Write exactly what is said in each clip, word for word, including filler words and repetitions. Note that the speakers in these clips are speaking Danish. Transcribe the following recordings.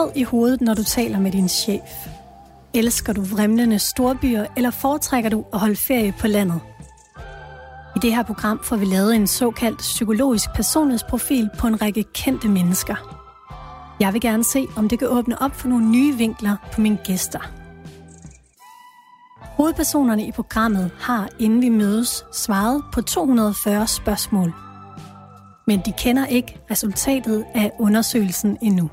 rød i hovedet, når du taler med din chef? Elsker du vrimlende storbyer, eller foretrækker du at holde ferie på landet? I det her program får vi lavet en såkaldt psykologisk personlighedsprofil på en række kendte mennesker. Jeg vil gerne se, om det kan åbne op for nogle nye vinkler på mine gæster. Hovedpersonerne i programmet har, inden vi mødes, svaret på to hundrede og fyrre spørgsmål. Men de kender ikke resultatet af undersøgelsen endnu.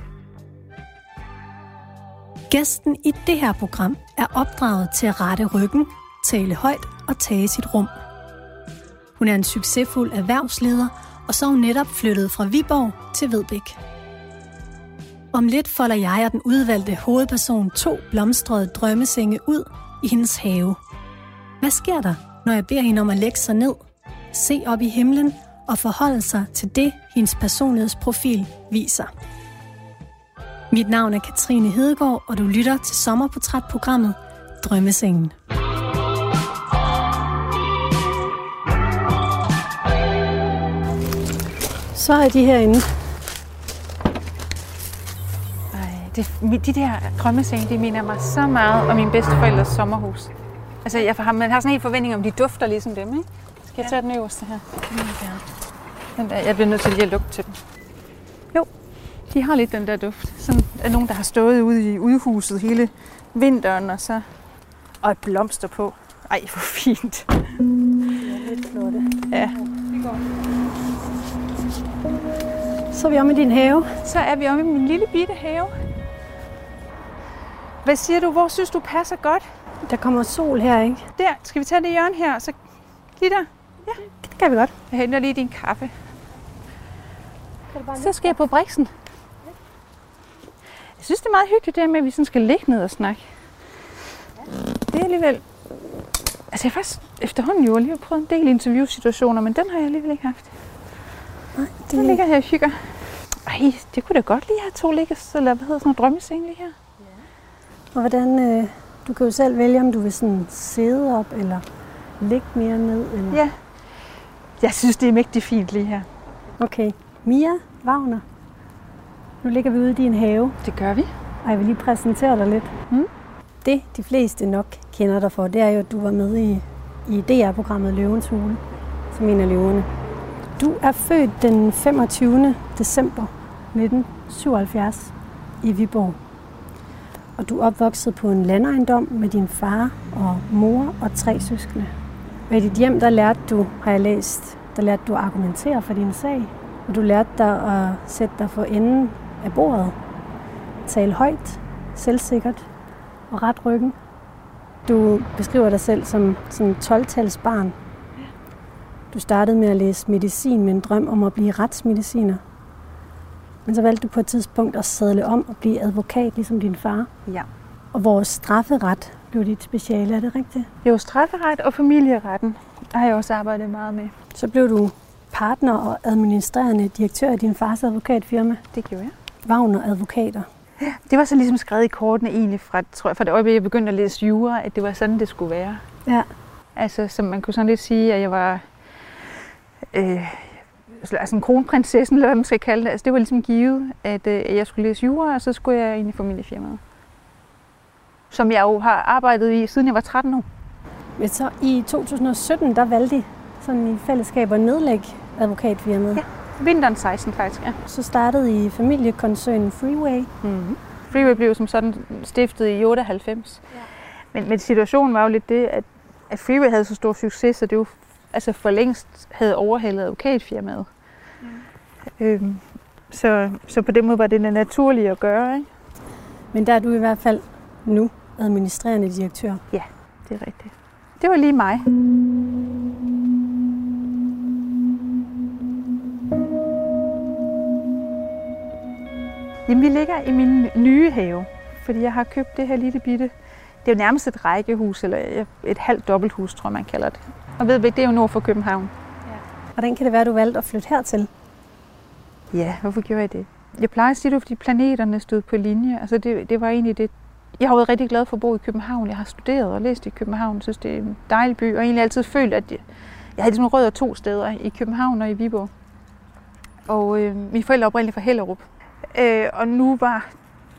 Gæsten i det her program er opdraget til at rette ryggen, tale højt og tage sit rum. Hun er en succesfuld erhvervsleder, og så er hun netop flyttet fra Viborg til Vedbæk. Om lidt folder jeg og den udvalgte hovedperson to blomstrede drømmesenge ud i hendes have. Hvad sker der, når jeg beder hende om at lægge sig ned, se op i himlen og forholde sig til det, hendes personlighedsprofil viser? Mit navn er Katrine Hedegaard, og du lytter til sommerportrætprogrammet Drømmesengen. Så er de herinde. Det, de der drømmesenge, de minder mig så meget om min bedsteforældres sommerhus. Altså, jeg har, man har sådan en forventning om, de dufter ligesom dem, ikke? Skal jeg tage den øverste her? Den der, jeg bliver nødt til lige at lugte til den. Jo, de har lidt den der duft. Sådan er nogen, der har stået ude i udhuset hele vinteren, og så og et blomster på. Ej, hvor fint. Det er lidt flotte. Ja. Så er vi omme i din have. Så er vi omme i min lille bitte have. Hvad siger du? Hvor synes du passer godt? Der kommer sol her, ikke? Der. Skal vi tage det hjørne her? Så lige der. Ja, det kan vi godt. Jeg henter lige din kaffe. Så skal jeg på briksen. Jeg synes, det er meget hyggeligt det med, at vi sådan skal ligge ned og snakke. Det er alligevel... Altså, jeg har faktisk efterhånden jo alligevel prøvet en del interviewsituationer, men den har jeg alligevel ikke haft. Nej, det så ligger her og hygger. Ej, det kunne da godt lige have to ligges, eller hvad hedder sådan noget drømmeseng lige her. Ja. Og hvordan, øh, du kan jo selv vælge, om du vil sådan sidde op, eller ligge mere ned, eller... Ja, jeg synes, det er mægtigt fint lige her. Okay, Mia Wagner, nu ligger vi ude i din have. Det gør vi. Og jeg vil lige præsentere dig lidt. Mm. Det, de fleste nok kender dig for, det er jo, at du var med i, i D R-programmet Løvens Hule, som en af løverne. Du er født den femogtyvende december nitten syvoghalvfjerds i Viborg. Og du er opvokset på en landejendom med din far og mor og tre søskende. Og i dit hjem, der lærte du, har jeg læst, der lærte du at argumentere for din sag. Og du lærte dig at sætte dig for enden af bordet. Tale højt, selvsikkert og ret ryggen. Du beskriver dig selv som sådan tolv-tals barn. Du startede med at læse medicin med en drøm om at blive retsmediciner. Men så valgte du på et tidspunkt at sadle om og blive advokat, ligesom din far. Ja. Og vores strafferet blev dit speciale, er det rigtigt? Jo, strafferet og familieretten har jeg også arbejdet meget med. Så blev du partner og administrerende direktør i din fars advokatfirma. Det gjorde jeg. Wagner Advokater. Ja, det var så ligesom skrevet i kortene egentlig fra, tror jeg, fra det øjeblik, jeg begyndte at læse jura, at det var sådan, det skulle være. Ja. Altså, så man kunne sådan lidt sige, at jeg var øh, altså en kronprinsessen, eller hvad man skal kalde det. Altså, det var ligesom givet, at øh, jeg skulle læse jura, og så skulle jeg ind i familiefirmaet. Som jeg jo har arbejdet i, siden jeg var tretten år. Men så i to tusind og sytten, der valgte I sådan i fællesskab at nedlægge advokatfirmaet. Ja, vinteren seksten faktisk, ja. Så startede I familiekoncernen Freeway. Mm-hmm. Freeway blev som sådan stiftet i otteoghalvfems. Ja. Men, men situationen var jo lidt det, at, at Freeway havde så stor succes, så det jo altså for længst havde overhalet advokatfirmaet. Mm. Øhm, så, så på den måde var det naturligt at gøre, ikke? Men der er du i hvert fald nu administrerende direktør. Ja, det er rigtigt. Det var lige mig. Jamen, vi ligger i min nye have, fordi jeg har købt det her lille bitte. Det er jo nærmest et rækkehus, eller et halvt dobbelthus, tror man kalder det. Og ved det er jo nord for København. Ja. Hvordan kan det være, at du valgte at flytte hertil? Ja, hvorfor gjorde jeg det? Jeg plejer at sige det, fordi planeterne stod på linje. Altså det, det var egentlig det. Jeg har været rigtig glad for at bo i København. Jeg har studeret og læst i København. Jeg synes, det er en dejlig by. Og egentlig altid følt, at jeg, jeg havde sådan rødder to steder, i København og i Viborg. Og øh, mine forældre oprindeligt fra Hellerup. Øh, og nu var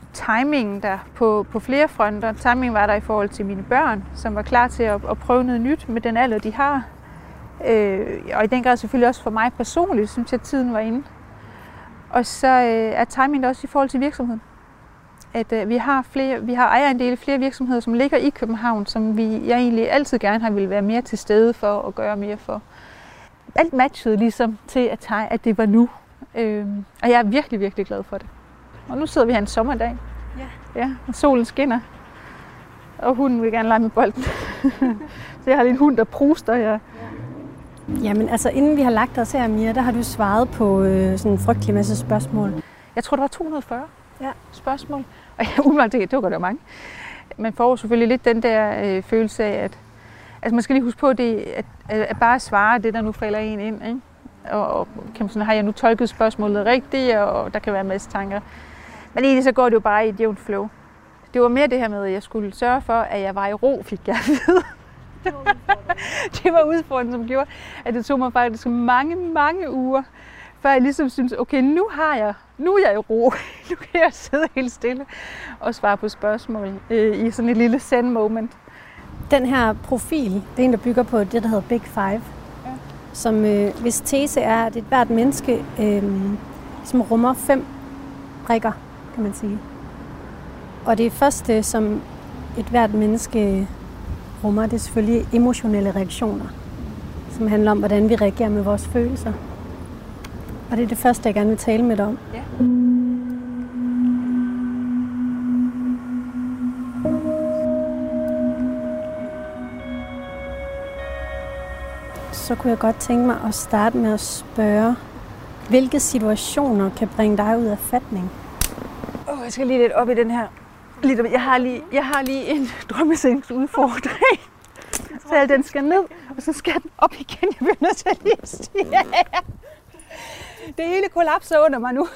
timingen der på, på flere fronter. Timingen var der i forhold til mine børn, som var klar til at, at prøve noget nyt med den alder, de har. Øh, og i den grad selvfølgelig også for mig personligt, synes jeg, at tiden var inde. Og så øh, er timingen også i forhold til virksomheden. At øh, vi har flere, vi har ejerandele i flere virksomheder, som ligger i København, som vi, jeg egentlig altid gerne har ville være mere til stede for og gøre mere for. Alt matchede ligesom til, at, at det var nu. Øh, og jeg er virkelig, virkelig glad for det. Og nu sidder vi her en sommerdag. Ja. Ja, og solen skinner. Og hunden vil gerne lege med bolden. Så jeg har lige en hund, der pruster. Ja. Jamen altså, inden vi har lagt os her, Mia, der har du svaret på øh, sådan en frygtelig masse spørgsmål. Jeg tror, der var to hundrede og fyrre ja. spørgsmål. Og jeg umiddelbart tænkte, det var godt mange. Man får selvfølgelig lidt den der øh, følelse af, at altså, man skal lige huske på, det, at, at bare svare det, der nu falder en ind. Ikke? Og, og kan man sådan, har jeg nu tolket spørgsmålet rigtigt, og der kan være en masse tanker. Men egentlig så går det jo bare i et jævnt flow. Det var mere det her med, at jeg skulle sørge for, at jeg var i ro, fik jeg at vide. Det var udfordringen, som gjorde, at det tog mig faktisk mange, mange uger, før jeg ligesom syntes, okay, nu har jeg, nu er jeg i ro. Nu kan jeg sidde helt stille og svare på spørgsmål øh, i sådan et lille zen moment. Den her profil, det er en, der bygger på det, der hedder Big Five. Ja. Som øh, hvis tese er, at et hvert menneske øh, som rummer fem brikker, kan man sige. Og det første, som et hvert menneske rummer, det er selvfølgelig emotionelle reaktioner, som handler om, hvordan vi reagerer med vores følelser. Og det er det første, jeg gerne vil tale med dig om. Ja. Så kunne jeg godt tænke mig at starte med at spørge, hvilke situationer kan bringe dig ud af fatning? Oh, jeg skal lige lidt op i den her. Jeg har lige, jeg har lige en drømmesængsudfordring. Så den skal ned, og så skal den op igen. Jeg bliver nødt til lige at sige. Ja. Det hele kollapser under mig nu.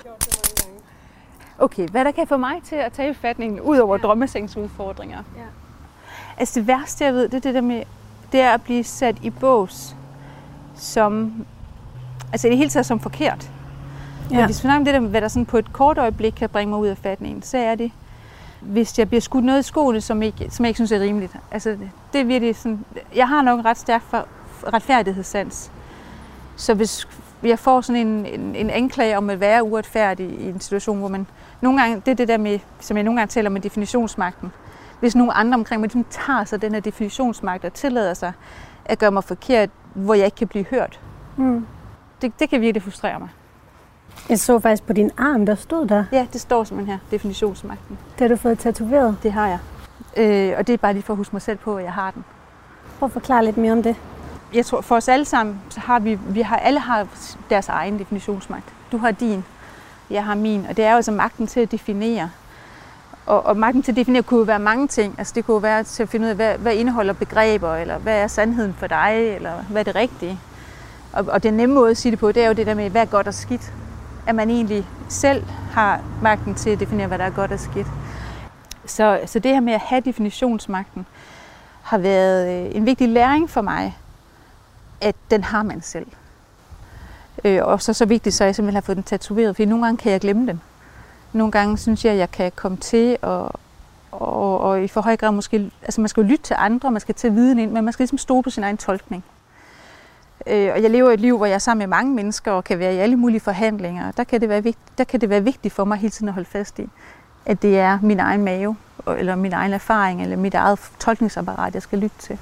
Okay, hvad der kan få mig til at tage fatningen ud over ja. drømmesængsudfordringer? Ja. Altså det værste, jeg ved, det er det der med, det er at blive sat i bås som, altså i det hele taget som forkert. Ja. Men hvis vi snakker om det der, hvad der sådan på et kort øjeblik kan bringe mig ud af fatningen, så er det, hvis jeg bliver skudt noget i skoene, som, ikke, som jeg ikke synes er rimeligt. Altså, det, det er virkelig sådan, jeg har nok en ret stærk for, retfærdighedssans. Så hvis jeg får sådan en, en, en anklage om at være uretfærdig i en situation, hvor man nogle gange, det er det der med, som jeg nogle gange taler med definitionsmagten. Hvis nogle andre omkring mig de tager sig den her definitionsmagt og tillader sig at gøre mig forkert, hvor jeg ikke kan blive hørt. Mm. Det, det kan virkelig frustrere mig. Jeg så faktisk på din arm, der stod der. Ja, det står simpelthen her, definitionsmagten. Det har du fået tatoveret? Det har jeg. Øh, og det er bare lige for at huske mig selv på, at jeg har den. Prøv at forklare lidt mere om det. Jeg tror, for os alle sammen, så har vi, vi har, alle har deres egen definitionsmagt. Du har din, jeg har min. Og det er jo altså magten til at definere. Og, og magten til at definere kunne jo være mange ting. Altså det kunne være til at finde ud af, hvad, hvad indeholder begreber, eller hvad er sandheden for dig, eller hvad er det rigtige. Og, og den nemme måde at sige det på, det er jo det der med, hvad er godt og skidt. At man egentlig selv har magten til at definere, hvad der er godt og skidt. Så, så det her med at have definitionsmagten har været en vigtig læring for mig, at den har man selv. Øh, og så så vigtigt, så jeg simpelthen har fået den tatoveret, for nogle gange kan jeg glemme den. Nogle gange synes jeg, at jeg kan komme til og, og, og i for høj grad måske, altså man skal jo lytte til andre, man skal tage viden ind, men man skal ligesom stole på sin egen tolkning. Øh, og jeg lever et liv, hvor jeg er sammen med mange mennesker og kan være i alle mulige forhandlinger. Der kan det være vigtigt, der kan det være vigtigt for mig hele tiden at holde fast i, at det er min egen mave, eller min egen erfaring, eller mit eget tolkningsapparat, jeg skal lytte til.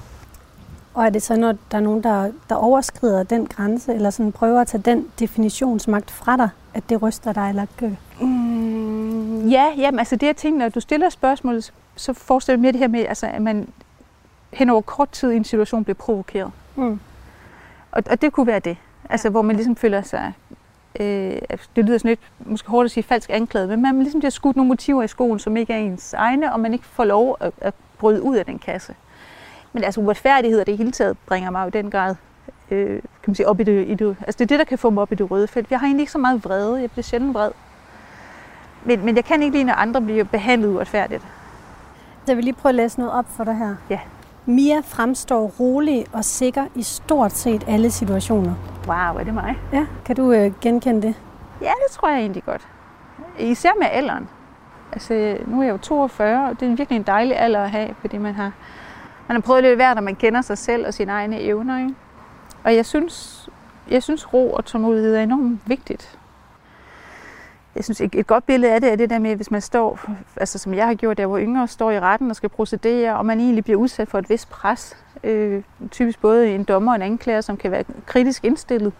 Og er det så, når der er nogen, der, der overskrider den grænse, eller sådan prøver at tage den definitionsmagt fra dig, at det ryster dig eller gør? Mm, ja, jamen, altså det jeg tænker, når du stiller spørgsmålet, så forestiller jeg mere det her med, altså, at man hen over kort tid i en situation bliver provokeret. Mm. Og, og det kunne være det, altså hvor man ligesom føler sig, øh, det lyder sådan lidt, måske hårdt at sige falsk anklaget, men man ligesom bliver skudt nogle motiver i skoen, som ikke er ens egne, og man ikke får lov at, at bryde ud af den kasse. Men altså uretfærdighed og det hele taget bringer mig i den grad øh, kan man sige, op i det, i det. Altså det er det, der kan få mig op i det røde felt. Jeg har egentlig ikke så meget vrede. Jeg bliver sjældent vred. Men, men jeg kan ikke lide, når andre bliver behandlet uretfærdigt. Jeg vil lige prøve at læse noget op for dig her. Ja. Mia fremstår rolig og sikker i stort set alle situationer. Wow, er det mig? Ja, kan du øh, genkende det? Ja, det tror jeg egentlig godt. Især med alderen. Altså, nu er jeg jo toogfyrre, og det er virkelig en dejlig alder at have, fordi man har, man har prøvet lidt hvert, når man kender sig selv og sine egne evner. Ikke? Og jeg synes, jeg synes, ro og tålmodighed er enormt vigtigt. Jeg synes, et, et godt billede af det er det der med, hvis man står, altså som jeg har gjort, da jeg var yngre, står i retten og skal procedere, og man egentlig bliver udsat for et vist pres. Øh, typisk både en dommer og en anklager, som kan være kritisk indstillet.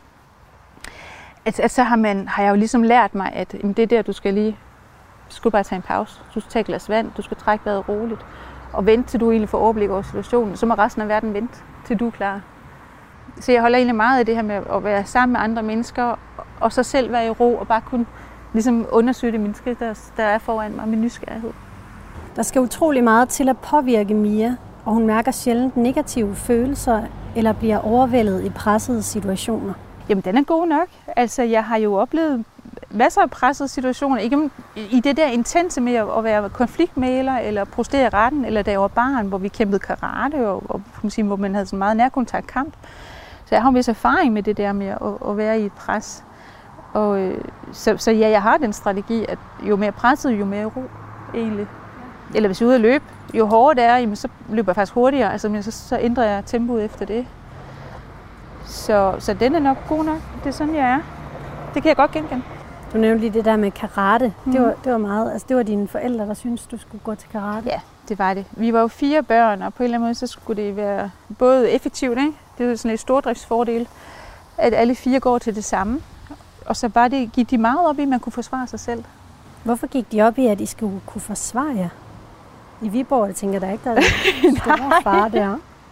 At, at så har, man, har jeg jo ligesom lært mig, at jamen, det er der, du skal lige, du skal bare tage en pause. Du skal tage et glas vand, du skal trække vejret roligt, og vente til du egentlig får overblik over situationen. Så må resten af verden vente, til du er klar. Så jeg holder egentlig meget af det her med at være sammen med andre mennesker, og så selv være i ro, og bare kunne ligesom undersøge det menneske, der, der er foran mig med nysgerrighed. Der skal utrolig meget til at påvirke Mia, og hun mærker sjældent negative følelser, eller bliver overvældet i pressede situationer. Jamen, den er god nok. Altså, jeg har jo oplevet masser af pressede situationer. Ikke i det der intense med at være konfliktmægler, eller prostere i retten, eller da jeg var barn, hvor vi kæmpede karate, og, og kan man sige, hvor man havde sådan meget nærkontaktkamp. Så jeg har en vis erfaring med det der med at, at være i et pres. Og, øh, så, så ja, jeg har den strategi, at jo mere presset, jo mere ro, egentlig. Eller hvis jeg er ude at løbe, jo hårdere det er, jamen, så løber jeg faktisk hurtigere. Altså, men så, så ændrer jeg tempoet efter det. Så, så den er nok god nok. Det er sådan, jeg er. Det kan jeg godt genkende. Du nævnte lige det der med karate. Mm. Det, var, det var meget, altså det var dine forældre, der syntes, du skulle gå til karate. Ja, det var det. Vi var jo fire børn, og på en eller anden måde, så skulle det være både effektivt, ikke? Det er jo sådan et stordriftsfordel, at alle fire går til det samme. Og så bare det, gik de meget op i, at man kunne forsvare sig selv. Hvorfor gik de op i, at I skulle kunne forsvare jer? I Viborg, jeg tænker der ikke, der er en stor far der.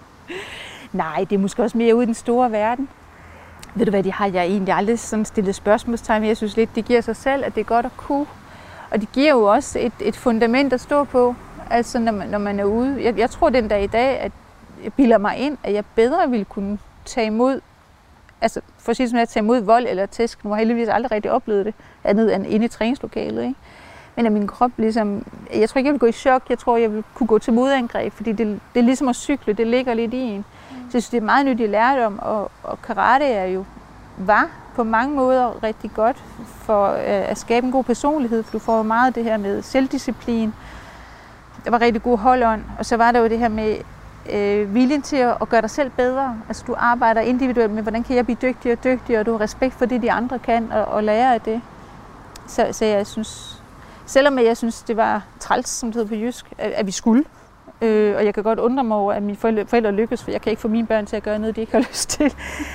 Nej, det er måske også mere ude i den store verden. Ved du hvad, det har jeg egentlig aldrig sådan stillet spørgsmålstegn med. Jeg synes lidt, det giver sig selv, at det er godt at kunne. Og det giver jo også et, et fundament at stå på, altså når man, når man er ude. Jeg, jeg tror den dag i dag, at jeg bilder mig ind, at jeg bedre ville kunne tage imod, altså for at sige som at tage imod vold eller tæsk. Nu har jeg heldigvis aldrig rigtig oplevet det, andet end inde i træningslokalet, ikke? Men at min krop ligesom, jeg tror ikke, jeg vil gå i chok, jeg tror, jeg vil kunne gå til modangreb, fordi det, det er ligesom at cykle, det ligger lidt i en. Så jeg synes, det er meget nyttig lærdom, og, og karate er jo, var på mange måder rigtig godt for øh, at skabe en god personlighed, for du får meget det her med selvdisciplin. Der var rigtig god holdånd, og så var der jo det her med øh, viljen til at, at gøre dig selv bedre. Altså du arbejder individuelt med, hvordan kan jeg blive dygtigere og dygtigere, og du har respekt for det, de andre kan, og, og lære af det. Så, så jeg synes, selvom jeg synes, det var træls, som det hedder på jysk, at, at vi skulle, Øh, og jeg kan godt undre mig over, at mine forældre, forældre lykkes, for jeg kan ikke få mine børn til at gøre noget, de ikke har lyst til.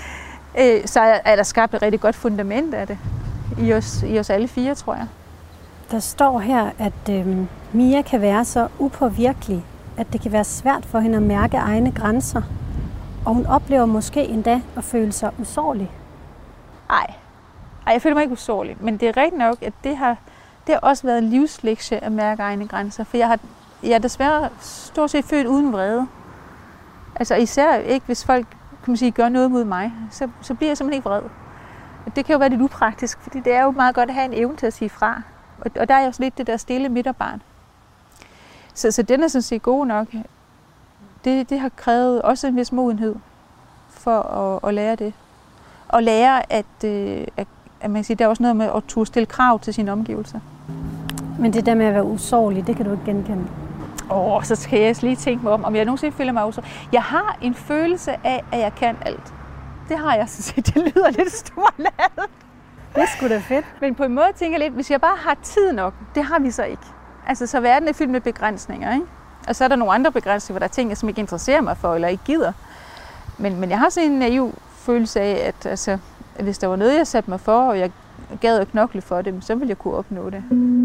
Øh, så er, er der skabt et rigtig godt fundament af det i os, i os alle fire, tror jeg. Der står her, at øh, Mia kan være så upåvirkelig, at det kan være svært for hende at mærke egne grænser. Og hun oplever måske endda at føle sig usårlig. Nej, Ej, jeg føler mig ikke usårlig, men det er rigtigt nok, at det har, det har også været en livslektie at mærke egne grænser, for jeg har Jeg er desværre stort set født uden vrede. Altså især ikke, hvis folk kan man sige, gør noget mod mig, så, så bliver jeg simpelthen ikke vred. Og det kan jo være lidt upraktisk, fordi det er jo meget godt at have en evne til at sige fra. Og, og der er jo også lidt det der stille midterbarn. Så, så den er sådan set god nok. Det, det har krævet også en vis modenhed for at, at lære det. Og lære, at, at, at man kan sige, der er også noget med at turde stille krav til sine omgivelser. Men det der med at være usårlig, det kan du ikke genkende. Åh, oh, så skal jeg lige tænke mig om, om jeg nogensinde føler mig usårlig. Jeg har en følelse af, at jeg kan alt. Det har jeg så set. Det lyder lidt storladet. Det er sgu da fedt. Men på en måde tænker jeg lidt, hvis jeg bare har tid nok, det har vi så ikke. Altså, så verden er fyldt med begrænsninger, ikke? Og så er der nogle andre begrænsninger, hvor der er ting, som ikke interesserer mig for, eller ikke gider. Men, men jeg har sådan en naiv følelse af, at altså, hvis der var noget, jeg satte mig for, og jeg gad at knokle for det, så ville jeg kunne opnå det.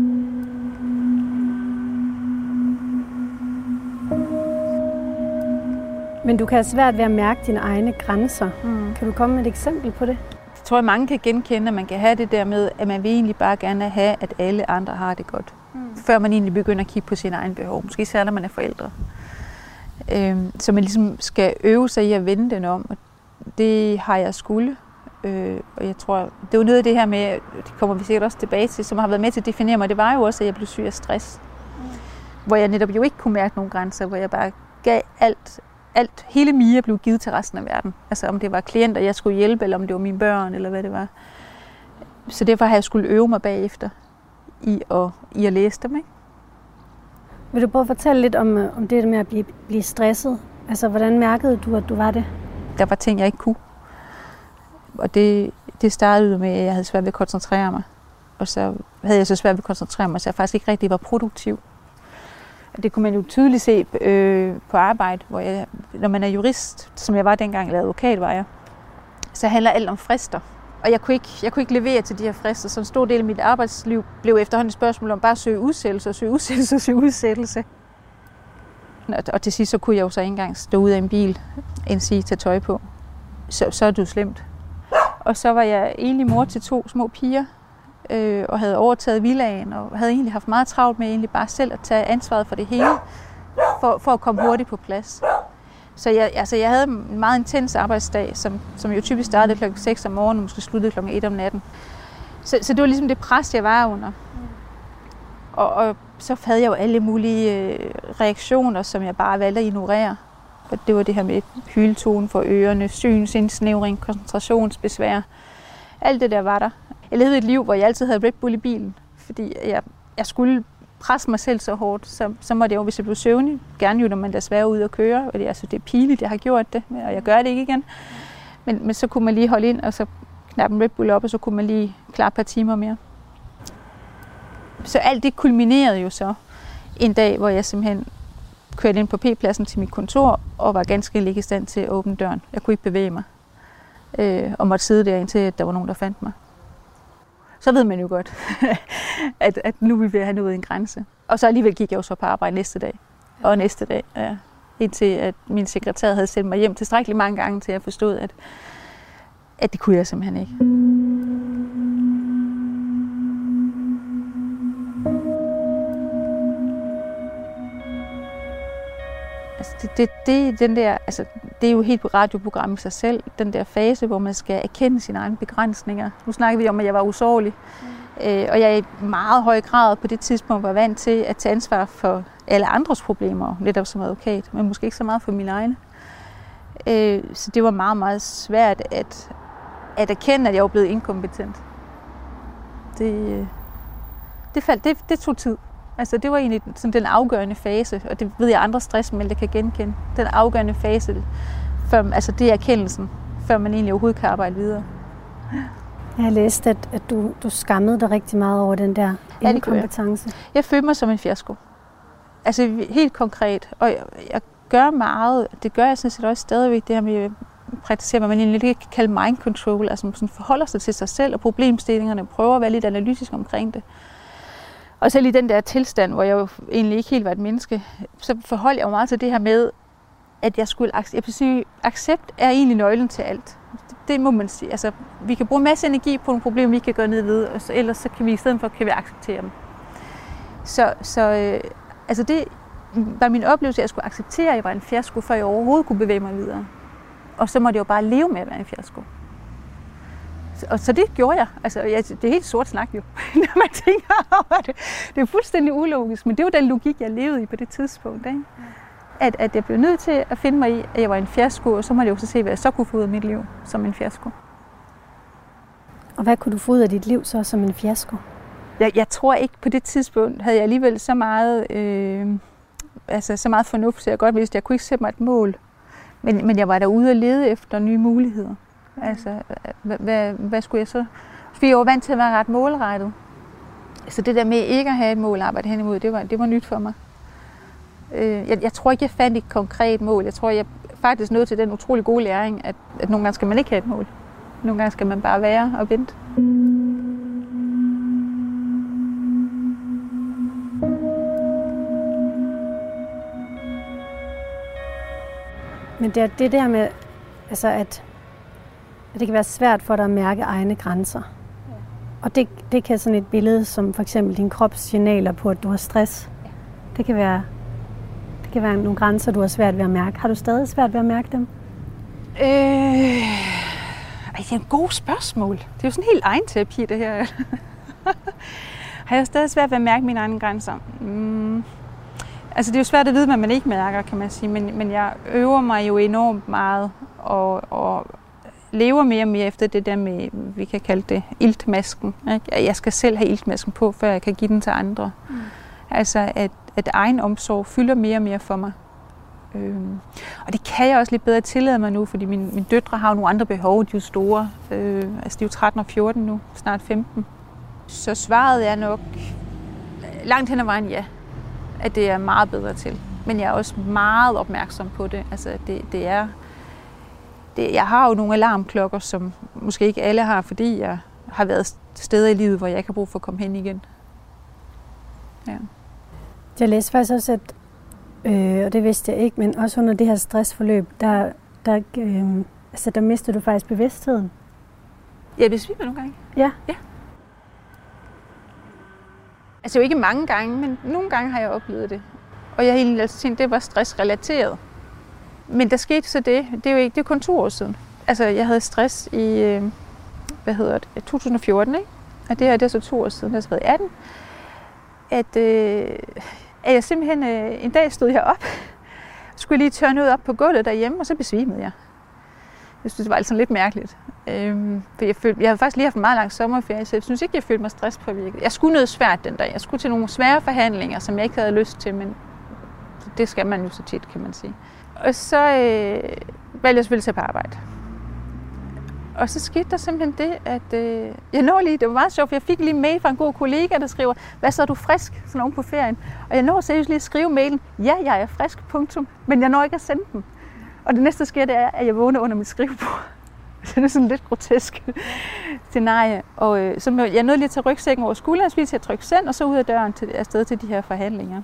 Men du kan have svært ved at mærke dine egne grænser. Mm. Kan du komme med et eksempel på det? Jeg tror, at mange kan genkende, at man kan have det der med, at man vil egentlig bare gerne have, at alle andre har det godt. Mm. Før man egentlig begynder at kigge på sine egne behov. Måske særligt, når man er forældre. Øhm, så man ligesom skal øve sig i at vende den om. Og det har jeg skulle. Øh, og jeg tror, det er jo noget af det her med, det kommer vi sikkert også tilbage til, som har været med til at definere mig. Det var jo også, at jeg blev syg af stress. Mm. Hvor jeg netop jo ikke kunne mærke nogen grænser. Hvor jeg bare gav alt. Alt, hele Mia blev givet til resten af verden. Altså om det var klienter, jeg skulle hjælpe, eller om det var mine børn, eller hvad det var. Så derfor har jeg skulle øve mig bagefter i at, i at læse dem, ikke? Vil du prøve at fortælle lidt om, om det med at blive, blive stresset? Altså, hvordan mærkede du, at du var det? Der var ting, jeg ikke kunne. Og det, det startede med, at jeg havde svært ved at koncentrere mig. Og så havde jeg så svært ved at koncentrere mig, så jeg faktisk ikke rigtig var produktiv. Det kunne man jo tydeligt se øh, på arbejde, hvor jeg, når man er jurist, som jeg var dengang, eller advokat var jeg, så handler alt om frister. Og jeg kunne, ikke, jeg kunne ikke levere til de her frister, så en stor del af mit arbejdsliv blev efterhånden et spørgsmål om bare at søge udsættelse, og søge udsættelse, og søge udsættelse. Og, og til sidst så kunne jeg jo så ikke engang stå ud af en bil, end sige tage tøj på. Så, så er det jo slemt. Og så var jeg egentlig mor til to små piger, øh, og havde overtaget villaen, og havde egentlig haft meget travlt med egentlig bare selv at tage ansvaret for det hele, for, for at komme hurtigt på plads. Så jeg, altså jeg havde en meget intens arbejdsdag, som, som jo typisk startede klokken seks om morgenen, og måske sluttede klokken et om natten. Så, så det var ligesom det pres, jeg var under. Og, og så havde jeg jo alle mulige øh, reaktioner, som jeg bare valgte at ignorere. Og det var det her med hyletone for ørerne, synsindsnævring, koncentrationsbesvær. Alt det der var der. Jeg levede et liv, hvor jeg altid havde Red Bull i bilen, fordi jeg, jeg skulle presse mig selv så hårdt, så, så måtte jeg jo, hvis jeg blev søvnig, gerne jo, når man desværre ud og køre, og det, altså, det er pinligt, jeg har gjort det, og jeg gør det ikke igen. Men, men så kunne man lige holde ind, og så knappe en Red Bull op, og så kunne man lige klare et par timer mere. Så alt det kulminerede jo så en dag, hvor jeg simpelthen kørte ind på P-pladsen til mit kontor, og var ganske ikke i stand til at åbne døren. Jeg kunne ikke bevæge mig, øh, og måtte sidde der, indtil der var nogen, der fandt mig. Så ved man jo godt, at, at nu vil vi have nået en grænse. Og så alligevel gik jeg jo så på arbejde næste dag, og næste dag, ja, indtil at min sekretær havde sendt mig hjem tilstrækkeligt mange gange, til jeg forstod, at, at det kunne jeg simpelthen ikke. Altså det, det, det, den der, altså det er jo helt på radioprogram i sig selv, den der fase, hvor man skal erkende sine egne begrænsninger. Nu snakker vi om, at jeg var usårlig, mm. øh, og jeg i meget høj grad på det tidspunkt var vant til at tage ansvar for alle andres problemer, netop som advokat, men måske ikke så meget for mine egne. Øh, så det var meget, meget svært at, at erkende, at jeg var blevet inkompetent. Det, det, faldt, det, det tog tid. Altså det var egentlig sådan den afgørende fase, og det ved jeg andre stressmeldte kan genkende. Den afgørende fase, før, altså det er erkendelsen, før man egentlig overhovedet kan arbejde videre. Jeg har læst, at, at du, du skammede dig rigtig meget over den der ja, inkompetence. Jeg. jeg følte mig som en fiasko. Altså helt konkret, og jeg, jeg gør meget, det gør jeg sådan set også stadigvæk, det her med at praktisere, hvad man egentlig ikke kan kalde mind control, altså man sådan forholder sig til sig selv og problemstillingerne, prøver at være lidt analytisk omkring det. Og selv i den der tilstand, hvor jeg jo egentlig ikke helt var et menneske, så forholdt jeg jo meget til det her med, at jeg skulle jeg vil sige, accept er egentlig nøglen til alt. Det, det må man sige. Altså, vi kan bruge en masse energi på nogle problemer, vi ikke kan gøre ned ved, og så, ellers så kan vi i stedet for kan vi acceptere dem. Så, så øh, altså det var min oplevelse, at jeg skulle acceptere, at jeg var en fiasko, før jeg overhovedet kunne bevæge mig videre. Og så måtte jeg jo bare leve med at være en fiasko. Og så det gjorde jeg. Altså, jeg, det er helt sort snak jo, når man tænker over det. Det er fuldstændig ulogisk, men det var den logik, jeg levede i på det tidspunkt. Ikke? At, at jeg blev nødt til at finde mig i, at jeg var en fiasko, og så måtte jeg jo så se, hvad jeg så kunne få ud af mit liv som en fiasko. Og hvad kunne du få ud af dit liv så som en fiasko? Jeg, jeg tror ikke, på det tidspunkt havde jeg alligevel så meget, øh, altså, så meget fornuft, så jeg godt vidste, at jeg kunne ikke sætte mig et mål. Men, men jeg var derude og lede efter nye muligheder. Altså, hvad, hvad, hvad skulle jeg så? Fordi jeg var vant til at være ret målrettet. Så det der med ikke at have et mål at arbejde hen imod, det var, det var nyt for mig. Jeg, jeg tror ikke, jeg fandt et konkret mål. Jeg tror, jeg faktisk nåede til den utrolig gode læring, at, at nogle gange skal man ikke have et mål. Nogle gange skal man bare være og vente. Men det er det der med, altså at at det kan være svært for dig at mærke egne grænser. Ja. Og det, det kan sådan et billede, som for eksempel din krops signaler på, at du har stress. Ja. Det kan være, det kan være nogle grænser, du har svært ved at mærke. Har du stadig svært ved at mærke dem? Øh, det er et godt spørgsmål. Det er jo sådan helt egen terapi, det her. Har jeg stadig svært ved at mærke mine egne grænser? Mm. Altså det er jo svært at vide, hvad man ikke mærker, kan man sige. Men, men jeg øver mig jo enormt meget og, og lever mere og mere efter det der med, vi kan kalde det iltmasken. Ikke? Jeg skal selv have iltmasken på, før jeg kan give den til andre. Mm. Altså at, at egen omsorg fylder mere og mere for mig. Øhm, og det kan jeg også lidt bedre tillade mig nu, fordi mine, mine døtre har jo nogle andre behov, de er jo store. Øh, altså de er jo tretten og fjorten nu, snart femten. Så svaret er nok langt hen ad vejen ja, at det er meget bedre til. Men jeg er også meget opmærksom på det. Altså det, det er, det, jeg har jo nogle alarmklokker, som måske ikke alle har, fordi jeg har været steder i livet, hvor jeg ikke har brug for at komme hen igen. Ja. Jeg læste faktisk også, at, øh, og det vidste jeg ikke, men også under det her stressforløb, der, der, øh, altså, der mister du faktisk bevidstheden. Ja, det svimer nogle gange. Ja. Ja. Altså jo ikke mange gange, men nogle gange har jeg oplevet det. Og jeg har egentlig altså tænkt, at det var stressrelateret. Men der skete så det, det er jo ikke, det er kun to år siden. Altså jeg havde stress i, øh, hvad hedder det, to tusind og fjorten, ikke? Og det her, det er så to år siden, det har været i atten. At, øh, at jeg simpelthen, øh, en dag stod jeg op, skulle lige tørre noget op på gulvet derhjemme, og så besvimede jeg. Jeg synes, det var altså lidt mærkeligt. Øhm, for jeg, følte, jeg havde faktisk lige haft en meget lang sommerferie, så jeg synes ikke, jeg følte mig stresspåvirket. Jeg skulle noget svært den dag. Jeg skulle til nogle svære forhandlinger, som jeg ikke havde lyst til, men det skal man jo så tit, kan man sige. Og så øh, valgte jeg selvfølgelig til på arbejde. Og så skete der simpelthen det, at øh, jeg når lige, det var meget sjovt, for jeg fik lige en mail fra en god kollega, der skriver, hvad så er du frisk, sådan oven på ferien? Og jeg når seriøst lige at skrive mailen, ja, jeg er frisk, punktum, men jeg når ikke at sende den. Og det næste, der sker, det er, at jeg vågner under mit skrivebord. Så det er sådan lidt grotesk scenarie. Og øh, så jeg nåede lige at tage rygsækken over skulderen, så lige til at trykke send, og så ud af døren til, afsted til de her forhandlinger.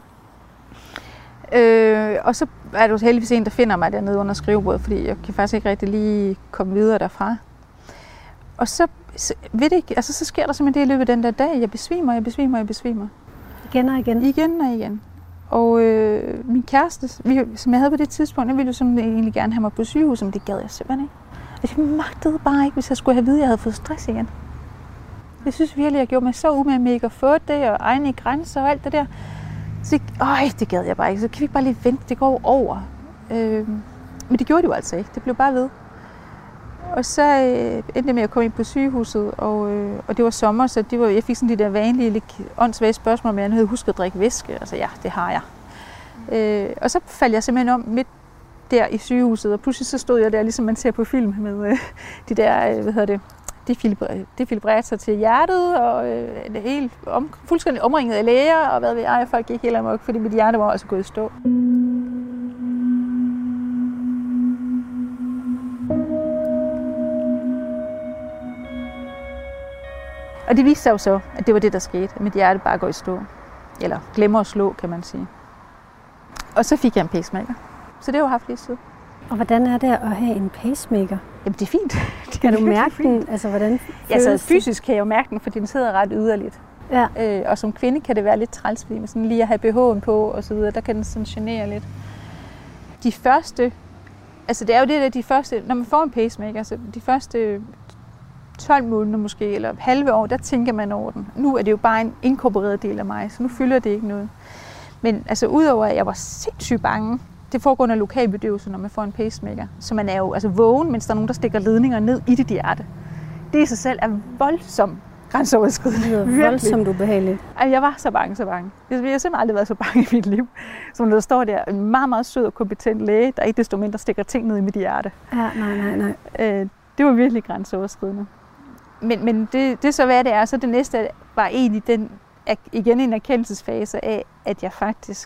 Øh, og så er det jo heldigvis en, der finder mig dernede under skrivebordet, fordi jeg kan faktisk ikke rigtig lige komme videre derfra. Og så, så, ved det ikke, altså, så sker der simpelthen det i løbet af den der dag. Jeg besvimer, jeg besvimer, jeg besvimer. Igen og igen? Igen og igen. Og øh, min kæreste, vi, som jeg havde på det tidspunkt, jeg ville jo sådan egentlig gerne have mig på sygehuset, men det gad jeg simpelthen ikke. Jeg magtede bare ikke, hvis jeg skulle have videt, at jeg havde fået stress igen. Jeg synes virkelig, jeg gjorde mig så umage med ikke at få det, og egne grænser og alt det der. Så øj, det gad jeg bare ikke. Så kan vi ikke bare lige vente, det går over. Øh, men det gjorde det jo altså ikke. Det blev bare ved. Og så øh, endte jeg med at komme ind på sygehuset, og, øh, og det var sommer, så det var, jeg fik sådan de der vanlige, lidt åndssvage spørgsmål, om jeg havde husket at drikke væske. Altså ja, det har jeg. Mm. Øh, og så faldt jeg simpelthen om midt der i sygehuset, og pludselig så stod jeg der, ligesom man ser på film, med øh, de der, øh, hvad hedder det, defibrillator til hjertet, og øh, det hele om, fuldstændig omringet af læger, og hvad ved jeg, folk gik helt amok, fordi mit hjerte var også gået i stå. Og det viste sig jo så, at det var det, der skete, at mit hjerte bare går i stå. Eller glemmer at slå, kan man sige. Og så fik jeg en pacemaker. Så det har jeg haft lige siden. Og hvordan er det at have en pacemaker? Jamen det er fint. Det kan du mærke den? Altså hvordan ja, så fysisk kan jeg jo mærke den, fordi den sidder ret yderligt. Ja. Øh, og som kvinde kan det være lidt træls, fordi man sådan lige at have B H'en på og så videre, der kan den sådan genere lidt. De første, altså det er jo det der, de første, når man får en pacemaker, så de første tolv måneder måske, eller halve år, der tænker man over den. Nu er det jo bare en inkorporeret del af mig, så nu fylder det ikke noget. Men altså udover at jeg var sindssygt bange, det foregår under lokalbedøvelse, når man får en pacemaker. Så man er jo altså vågen, mens der er nogen, der stikker ledninger ned i dit hjerte. Det i sig selv er voldsomt grænseoverskridende. Det er voldsomt ubehageligt. Altså, jeg var så bange, så bange. Jeg har simpelthen aldrig været så bange i mit liv. Som der står der, en meget, meget sød og kompetent læge, der ikke desto mindre stikker ting ned i mit hjerte. Ja, nej, nej, nej. Øh, det var virkelig grænseoverskridende. Men, men det, det er så, hvad det er. Så det næste var egentlig den, igen en erkendelsesfase af, at jeg faktisk,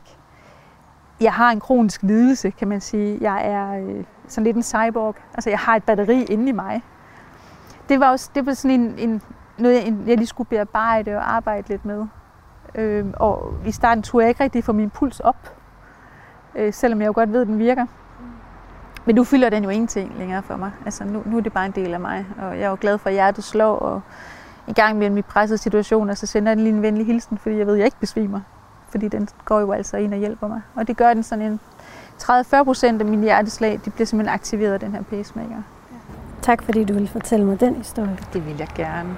jeg har en kronisk lidelse, kan man sige. Jeg er øh, sådan lidt en cyborg. Altså, jeg har et batteri inde i mig. Det var også, det var sådan en, en noget, jeg, jeg lige skulle bearbejde og arbejde lidt med. Øh, og i starten tog jeg ikke rigtig få min puls op, øh, selvom jeg jo godt ved, at den virker. Men nu fylder den jo ingenting længere for mig. Altså, nu, nu er det bare en del af mig, og jeg er jo glad for, at hjertet slår, og en gang mellem i pressede situationer, så sender jeg den lige en venlig hilsen, fordi jeg ved, at jeg ikke besvimer. Fordi den går jo altså ind og hjælper mig. Og det gør den sådan en tredive til fyrre procent af mine hjerteslag, de bliver simpelthen aktiveret af den her pacemaker. Tak fordi du ville fortælle mig den historie. Det vil jeg gerne.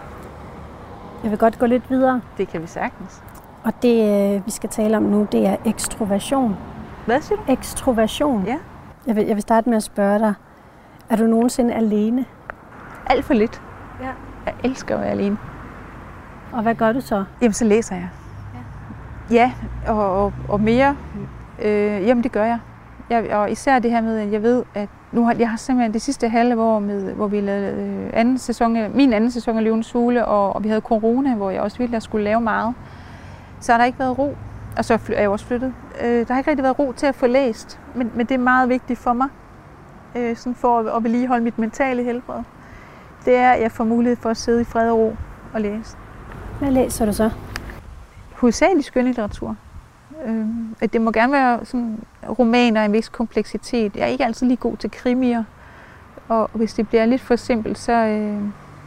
Jeg vil godt gå lidt videre. Det kan vi sagtens. Og det, vi skal tale om nu, det er ekstroversion. Hvad siger du? Ekstroversion. Ja. Jeg vil, jeg vil starte med at spørge dig, er du nogensinde alene? Alt for lidt. Ja. Jeg elsker at være alene. Og hvad gør du så? Jamen, så læser jeg. Ja, og, og, og mere. Øh, jamen, det gør jeg. jeg. Og især det her med, at jeg ved, at nu har jeg har simpelthen det sidste halve år, med, hvor vi lavede øh, anden sæson, min anden sæson af Løvens Hule, og, og vi havde corona, hvor jeg også virkelig skulle lave meget. Så har der ikke været ro. Og så er jeg også flyttet. Øh, der har ikke rigtig været ro til at få læst, men, men det er meget vigtigt for mig, øh, sådan for at, at vedligeholde mit mentale helbred. Det er, at jeg får mulighed for at sidde i fred og ro og læse. Hvad læser du så? Hovedsageligt skønlitteratur. Øh, det må gerne være sådan romaner af en vis kompleksitet. Jeg er ikke altid lige god til krimier, og hvis det bliver lidt for simpelt, så... Øh,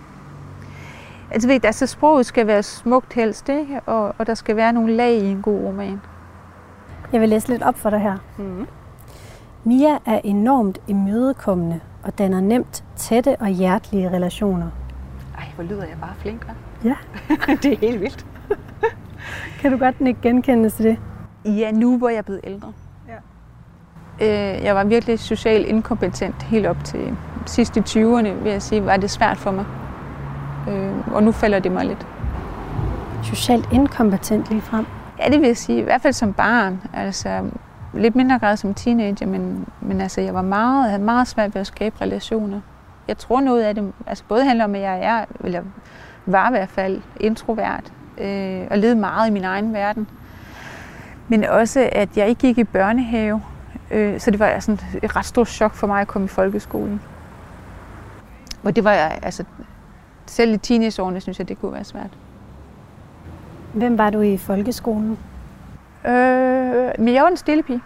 altså, ved, altså sproget skal være smukt helst, ikke? Og, og der skal være nogle lag i en god roman. Jeg vil læse lidt op for dig her. Mm. Mia er enormt imødekommende og danner nemt tætte og hjertelige relationer. Ej, hvor lyder jeg bare flink, hva'? Ja. Det er helt vildt. Kan du godt ikke genkende til det? Ja, nu hvor jeg er blevet ældre. Ja. Øh, jeg var virkelig socialt inkompetent helt op til sidste tyverne, vil jeg sige, var det svært for mig. Øh, og nu falder det mig lidt. Socialt inkompetent lige frem? Ja, det vil jeg sige. I hvert fald som barn. Altså, lidt mindre grad som teenager, men, men altså, jeg var meget, jeg havde meget svært ved at skabe relationer. Jeg tror noget af det, altså både handler om, at jeg er, eller var i hvert fald introvert, øh, og levede meget i min egen verden. Men også, at jeg ikke gik i børnehave, øh, så det var sådan et ret stort chok for mig at komme i folkeskolen. Og det var jeg, altså, selv i teenageårene synes jeg, det kunne være svært. Hvem var du i folkeskolen? Øh, men jeg var en stille pige.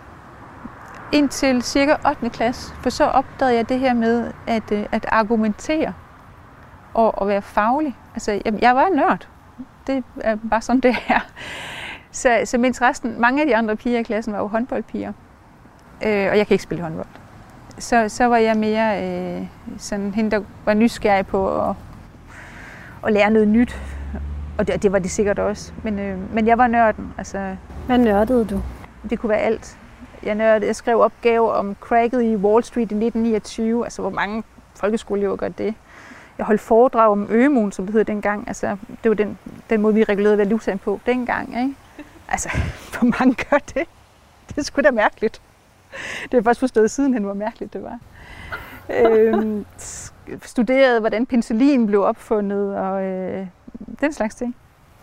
Indtil cirka ottende klasse, for så opdagede jeg det her med at, at argumentere og at være faglig. Altså, jeg, jeg var en nørd. Det er bare sådan, det er. Så, så mens resten, mange af de andre piger i klassen var jo håndboldpiger. Øh, og jeg kan ikke spille håndbold. Så, så var jeg mere øh, sådan hende, der var nysgerrig på at, at lære noget nyt. Og det, det var det sikkert også. Men, øh, men jeg var nørden. Altså, hvad nørdede du? Det kunne være alt. Jeg, nørdede, jeg skrev opgave om cracket i Wall Street i nitten niogtyve. Altså, hvor mange folkeskoleelever gør det. Jeg holdt foredrag om ømuen, som det hed dengang. Altså, det var den, den måde, vi regulerede valutaen på dengang. Ikke? Altså, hvor mange gør det? Det er sgu da mærkeligt. Det har jeg først forstået siden hen, hvor mærkeligt det var. øhm, studerede, hvordan penicillin blev opfundet, og øh, den slags ting.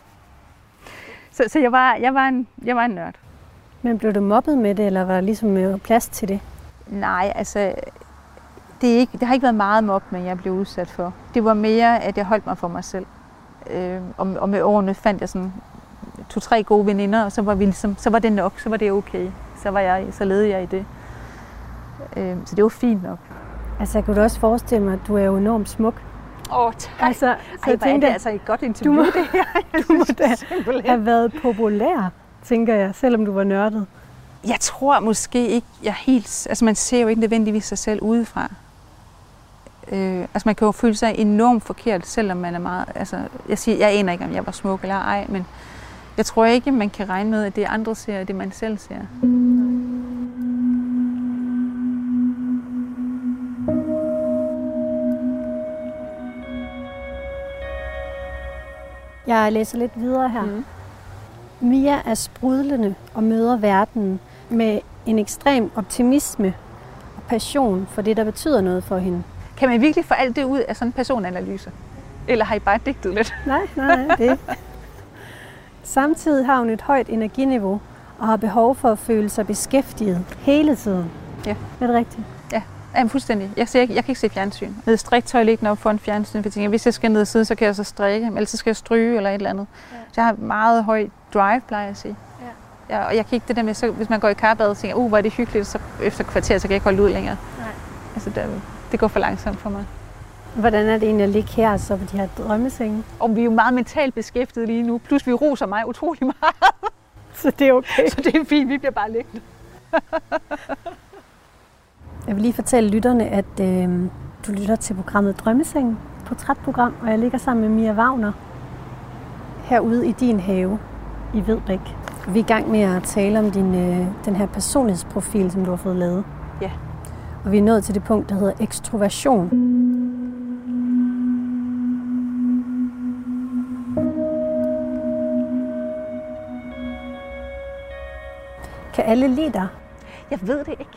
Så, så jeg, var, jeg, var en, jeg var en nørd. Men blev du mobbet med det, eller var der ligesom plads til det? Nej, altså, det, er ikke, det har ikke været meget mobning, jeg blev udsat for. Det var mere, at jeg holdt mig for mig selv. Øh, og, og med årene fandt jeg sådan to-tre gode veninder, og så var, vi ligesom, så var det nok, så var det okay. Så, var jeg, så levede jeg i det. Øh, så det var fint nok. Altså, jeg kunne også forestille mig, at du er jo enormt smuk. Åh, oh, tak. Altså, så Ej, tænkte, er det altså et godt interview, du må, det her. Jeg du må da have været populær, tænker jeg, selvom du var nørdet. Jeg tror måske ikke, jeg helt... Altså, man ser jo ikke nødvendigvis sig selv udefra. Øh, altså, man kan jo føle sig enormt forkert, selvom man er meget... Altså, jeg siger, jeg aner ikke, om jeg var smuk eller ej, men jeg tror ikke, man kan regne med, at det andre ser, og det man selv ser. Jeg læser lidt videre her. Mm. Mia er sprudlende og møder verdenen med en ekstrem optimisme og passion for det, der betyder noget for hende. Kan man virkelig få alt det ud af sådan en personanalyse? Eller har I bare digtet lidt? Nej, nej, nej, det ikke. Samtidig har hun et højt energiniveau og har behov for at føle sig beskæftiget hele tiden. Ja. Er det rigtigt? Ja, jamen, fuldstændig. Jeg, ser ikke, jeg kan ikke se fjernsyn. Med striktøjliggen op for en fjernsyn, for jeg tænker, hvis jeg skal ned og sidde, så kan jeg så strikke, eller så skal jeg stryge eller et eller andet. Ja. Så jeg har meget højt drive, plejer jeg at sige. Ja. Ja, og jeg kan ikke det der med, så, hvis man går i karbad og tænker, uh, hvor er det hyggeligt, så efter kvarter, så kan jeg ikke holde ud længere. Nej. Altså, det, det går for langsomt for mig. Hvordan er det egentlig at ligge her så på de her drømmesenge? Og vi er jo meget mentalt beskæftiget lige nu, plus vi roser mig utrolig meget. Så det er okay. Så det er fint, vi bliver bare liggende. Jeg vil lige fortælle lytterne, at øh, du lytter til programmet Drømmesengen, portrætprogram, og jeg ligger sammen med Mia Wagner herude i din have i Vedbæk. Vi er i gang med at tale om din, øh, den her personlighedsprofil, som du har fået lavet. Ja. Og vi er nået til det punkt, der hedder ekstroversion. Kan alle lide dig? Jeg ved det ikke.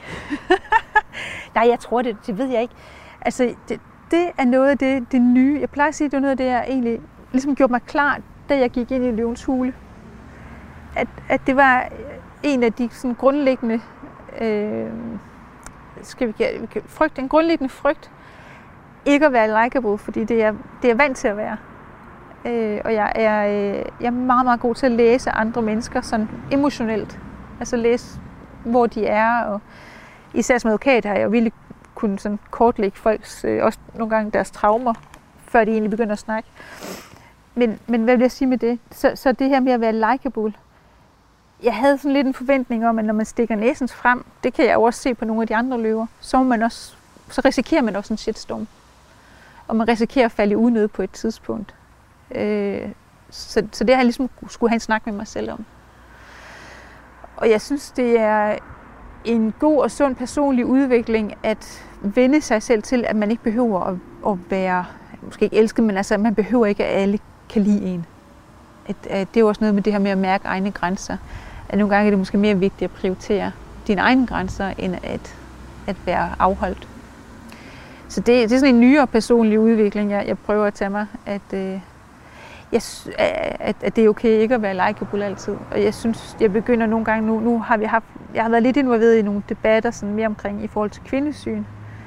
Nej, jeg tror det, det ved jeg ikke. Altså, det, det er noget af det, det nye. Jeg plejer at sige, at det er noget af det, jeg egentlig ligesom gjorde mig klart, da jeg gik ind i Løvens Hule. At, at det var en af de sådan grundlæggende, øh, skal vi kalde, frygt, en grundlæggende frygt, ikke at være likeable, fordi det er, det er vant til at være. Øh, og jeg er, jeg er meget, meget god til at læse andre mennesker sådan emotionelt. Altså læse, hvor de er, og især som advokat har jeg jo virkelig kunnet sådan kortlægge folks, øh, også nogle gange deres traumer, før de egentlig begynder at snakke. Men, men hvad vil jeg sige med det? Så, så det her med at være likeable. Jeg havde sådan lidt en forventning om, at når man stikker næsen frem, det kan jeg også se på nogle af de andre løver, så, man også, så risikerer man også en shitstorm. Og man risikerer at falde i unød på et tidspunkt. Øh, så, så det har jeg ligesom skulle have en snak med mig selv om. Og jeg synes, det er en god og sund personlig udvikling at vende sig selv til, at man ikke behøver at, at være, måske ikke elsket, men altså, man behøver ikke, at alle kan lide en. At, at det er også noget med det her med at mærke egne grænser. At nogle gange er det måske mere vigtigt at prioritere dine egne grænser, end at, at være afholdt. Så det, det er sådan en nyere personlig udvikling, jeg, jeg prøver at tage mig, at, øh, jeg, at, at det er okay ikke at være likeable altid. Og jeg synes, jeg begynder nogle gange nu, nu har vi haft, jeg har været lidt involveret i nogle debatter sådan mere omkring i forhold til kvindesyn,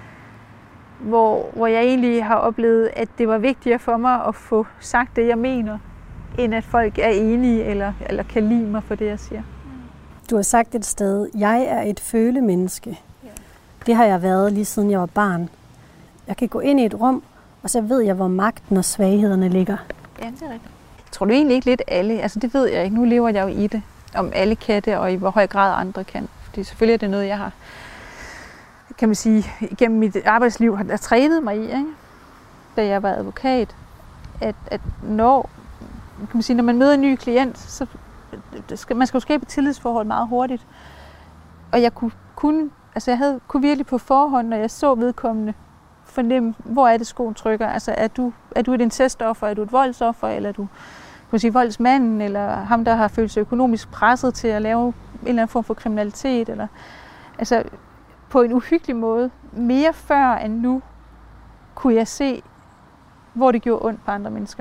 hvor, hvor jeg egentlig har oplevet, at det var vigtigere for mig at få sagt det, jeg mener, end at folk er enige eller, eller kan lide mig for det, jeg siger. Du har sagt et sted, jeg er et følemenneske. Ja. Det har jeg været lige siden jeg var barn. Jeg kan gå ind i et rum, og så ved jeg, hvor magten og svaghederne ligger. Ja, det er rigtigt. Tror du egentlig ikke lidt alle? Altså det ved jeg ikke. Nu lever jeg jo i det. Om alle kan det, og i hvor høj grad andre kan. Fordi selvfølgelig er det noget, jeg har, kan man sige, gennem mit arbejdsliv har trænet mig i, ikke? Da jeg var advokat. At, at når, kan man sige, når man møder en ny klient, så skal man skal jo skabe et tillidsforhold meget hurtigt. Og jeg kunne, kunne, altså jeg havde, kunne virkelig på forhånd, når jeg så vedkommende, fornemme, hvor er det skoen trykker. Altså er du, er du et incestoffer, er du et voldsoffer, eller er du, kan man sige, voldsmanden, eller ham, der har følt sig økonomisk presset til at lave en eller anden form for kriminalitet. Eller, altså på en uhyggelig måde, mere før end nu, kunne jeg se, hvor det gjorde ondt på andre mennesker.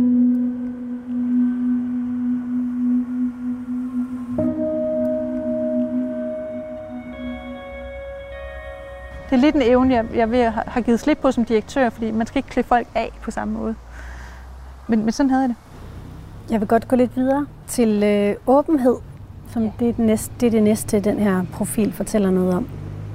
Det er lidt en evne, jeg, jeg ved, har givet slip på som direktør, fordi man skal ikke klæde folk af på samme måde. Men, men sådan havde jeg det. Jeg vil godt gå lidt videre til øh, åbenhed, som ja. det, er det, næste, det er det næste, den her profil fortæller noget om.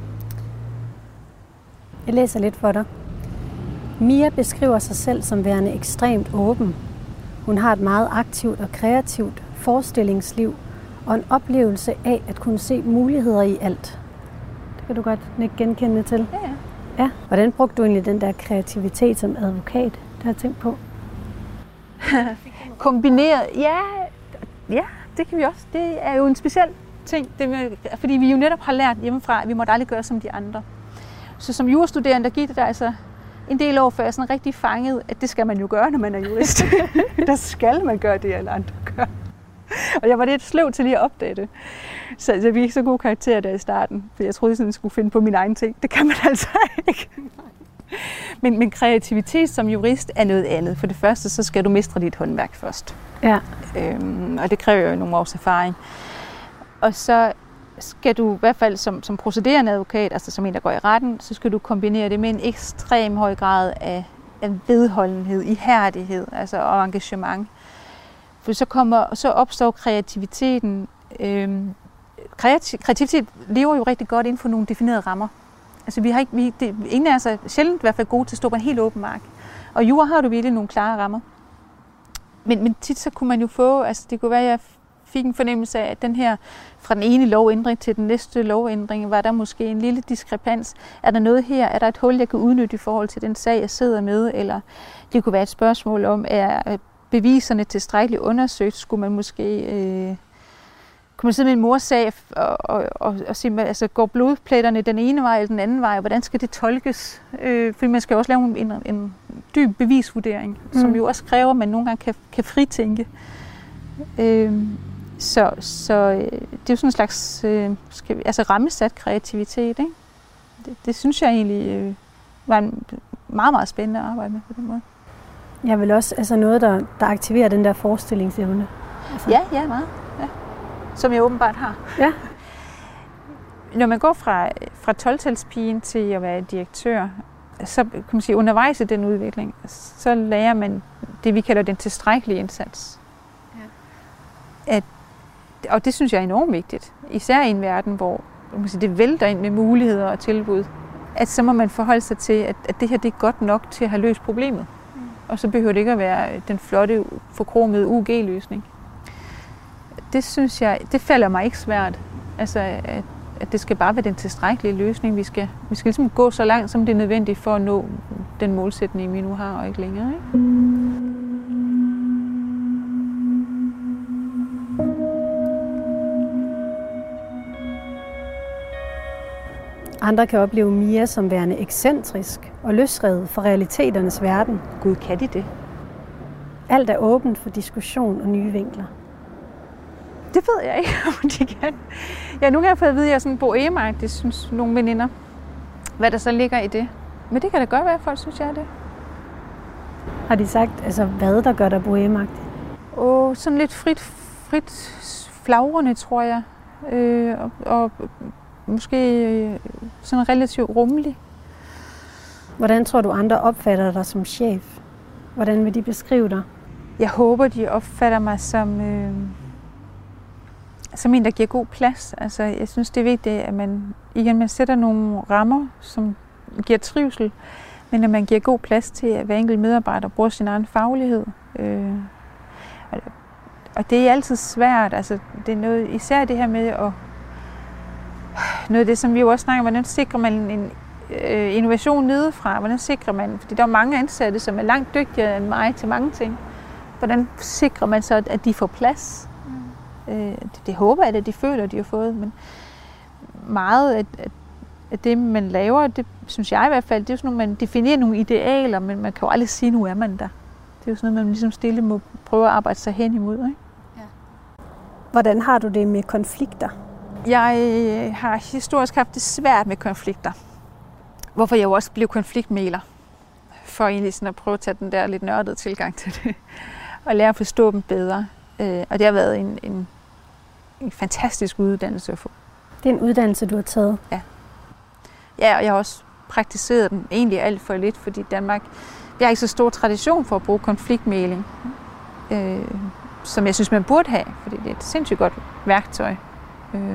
Jeg læser lidt for dig. Mia beskriver sig selv som værende ekstremt åben. Hun har et meget aktivt og kreativt forestillingsliv og en oplevelse af at kunne se muligheder i alt. Det kan du godt ikke genkende til. Ja, ja. Ja. Hvordan brugte du egentlig den der kreativitet som advokat? Det har jeg tænkt på. Kombineret, ja, ja, det kan vi også. Det er jo en speciel ting, det med, fordi vi jo netop har lært hjemmefra, at vi må aldrig gøre som de andre. Så som jurastuderende, der gik det der altså en del år før jeg sådan rigtig fanget, at det skal man jo gøre, når man er jurist. Der skal man gøre det, alle andre gør. Og jeg var lidt sløv til lige at opdage det. Så jeg fik ikke så gode karakterer der i starten, for jeg troede, at jeg skulle finde på mine egne ting. Det kan man altså ikke. Men, men kreativitet som jurist er noget andet. For det første, så skal du mestre dit håndværk først. Ja. Øhm, og det kræver jo nogle års erfaring. Og så skal du i hvert fald som, som procederende advokat, altså som en, der går i retten, så skal du kombinere det med en ekstrem høj grad af, af vedholdenhed, ihærdighed altså, og engagement. For så, kommer, så opstår kreativiteten. Øhm, kreativ, kreativitet lever jo rigtig godt inden for nogle definerede rammer. Altså vi har ikke, vi, det, ingen af os er sjældent i hvert fald gode til at stå på en helt åben mark. Og jura har du virkelig nogle klare rammer. Men, men tit så kunne man jo få, altså det kunne være, at jeg fik en fornemmelse af, at den her, fra den ene lovændring til den næste lovændring, var der måske en lille diskrepans. Er der noget her? Er der et hul, jeg kan udnytte i forhold til den sag, jeg sidder med? Eller det kunne være et spørgsmål om, er beviserne tilstrækkeligt undersøgt? Skulle man måske... Øh, kunne man sidde med en morsag og, og, og, og se, altså, går blodpletterne den ene vej eller den anden vej? Hvordan skal det tolkes? Øh, fordi man skal også lave en, en dyb bevisvurdering, mm. som jo også kræver, at man nogle gange kan, kan fritænke. Øh, Så, så øh, det er jo sådan en slags øh, skal vi, altså rammesat kreativitet, ikke? Det, det synes jeg egentlig øh, var en meget, meget spændende at arbejde med på den måde. Jeg vil også altså noget, der, der aktiverer den der forestillingsevne. Altså. Ja, ja, meget. Ja. Som jeg åbenbart har. Ja. Når man går fra, fra tolv-talspigen til at være direktør, så kan man sige, undervejs i den udvikling, så lærer man det, vi kalder den tilstrækkelige indsats. Ja. At, og det synes jeg er enormt vigtigt. Især i en verden, hvor man sige, det vælter ind med muligheder og tilbud. At så må man forholde sig til, at, at det her det er godt nok til at have løst problemet. Mm. Og så behøver det ikke at være den flotte, forkromede U G-løsning. Det synes jeg, det falder mig ikke svært. Altså, at, at det skal bare være den tilstrækkelige løsning. Vi skal, vi skal ligesom gå så langt, som det er nødvendigt for at nå den målsætning, vi nu har, og ikke længere. Ikke? Andre kan opleve Mia som værende ekscentrisk og løsrevet fra realiteternes verden. Gud, kan de det? Alt er åbent for diskussion og nye vinkler. Det ved jeg ikke, om de kan. Ja, nu har jeg fået at vide, at jeg er sådan boheme-agtig, det synes nogle veninder. Hvad der så ligger i det. Men det kan da godt være, at folk synes, jeg er det. Har de sagt, altså, hvad der gør dig boheme-agtig? Åh, sådan lidt frit, frit flagrende, tror jeg. Øh, og, og måske øh, sådan relativt rummelig. Hvordan tror du, andre opfatter dig som chef? Hvordan vil de beskrive dig? Jeg håber, de opfatter mig som... Øh, som en, der giver god plads. Altså, jeg synes, det er vigtigt, at man, igen, man sætter nogle rammer, som giver trivsel, men at man giver god plads til, at hver enkelt medarbejder bruger sin egen faglighed. Øh, og det er altid svært. Altså, det er noget, især det her med at... Noget af det, som vi jo også snakker om, hvordan sikrer man en øh, innovation nedefra? Hvordan sikrer man... Fordi der er mange ansatte, som er langt dygtigere end mig til mange ting. Hvordan sikrer man så, at de får plads? Det, det håber jeg, at de føler, at de har fået, men meget af, af det, man laver, det synes jeg i hvert fald, det er jo sådan noget, man definerer nogle idealer, men man kan jo aldrig sige, nu er man der. Det er jo sådan noget, man ligesom stille må prøve at arbejde sig hen imod. Ikke? Ja. Hvordan har du det med konflikter? Jeg har historisk haft det svært med konflikter, hvorfor jeg jo også blev konfliktmægler, for egentlig sådan at prøve at tage den der lidt nørdede tilgang til det, og lære at forstå dem bedre. Og det har været en, en, en fantastisk uddannelse at få. Det er en uddannelse, du har taget? Ja. Ja, og jeg har også praktiseret den egentlig alt for lidt, fordi Danmark, vi har ikke så stor tradition for at bruge konfliktmægling, øh, som jeg synes, man burde have, fordi det er et sindssygt godt værktøj. Øh,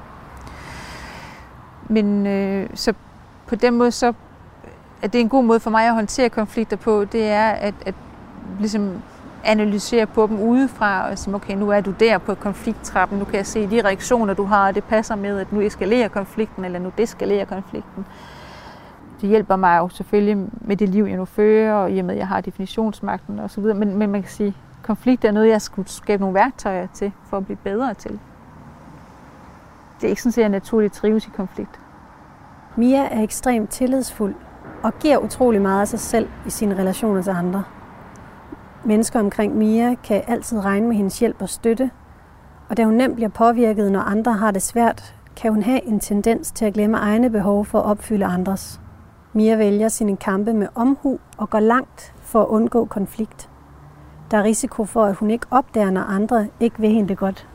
men øh, så på den måde, så er det en god måde for mig at håndtere konflikter på, det er at, at ligesom analysere på dem udefra og sige, okay, nu er du der på konflikttrappen, nu kan jeg se de reaktioner, du har, og det passer med, at nu eskalerer konflikten, eller nu deskalerer konflikten. Det hjælper mig jo selvfølgelig med det liv, jeg nu fører, og i og med, at jeg har definitionsmagten og så videre, men, men man kan sige, at konflikt er noget, jeg skulle skabe nogle værktøjer til, for at blive bedre til. Det er ikke sådan, at jeg naturligt trives i konflikt. Mia er ekstremt tillidsfuld og giver utrolig meget af sig selv i sine relationer til andre. Mennesker omkring Mia kan altid regne med hendes hjælp og støtte, og da hun nemt bliver påvirket, når andre har det svært, kan hun have en tendens til at glemme egne behov for at opfylde andres. Mia vælger sine kampe med omhu og går langt for at undgå konflikt. Der er risiko for, at hun ikke opdager, når andre ikke vil hende det godt.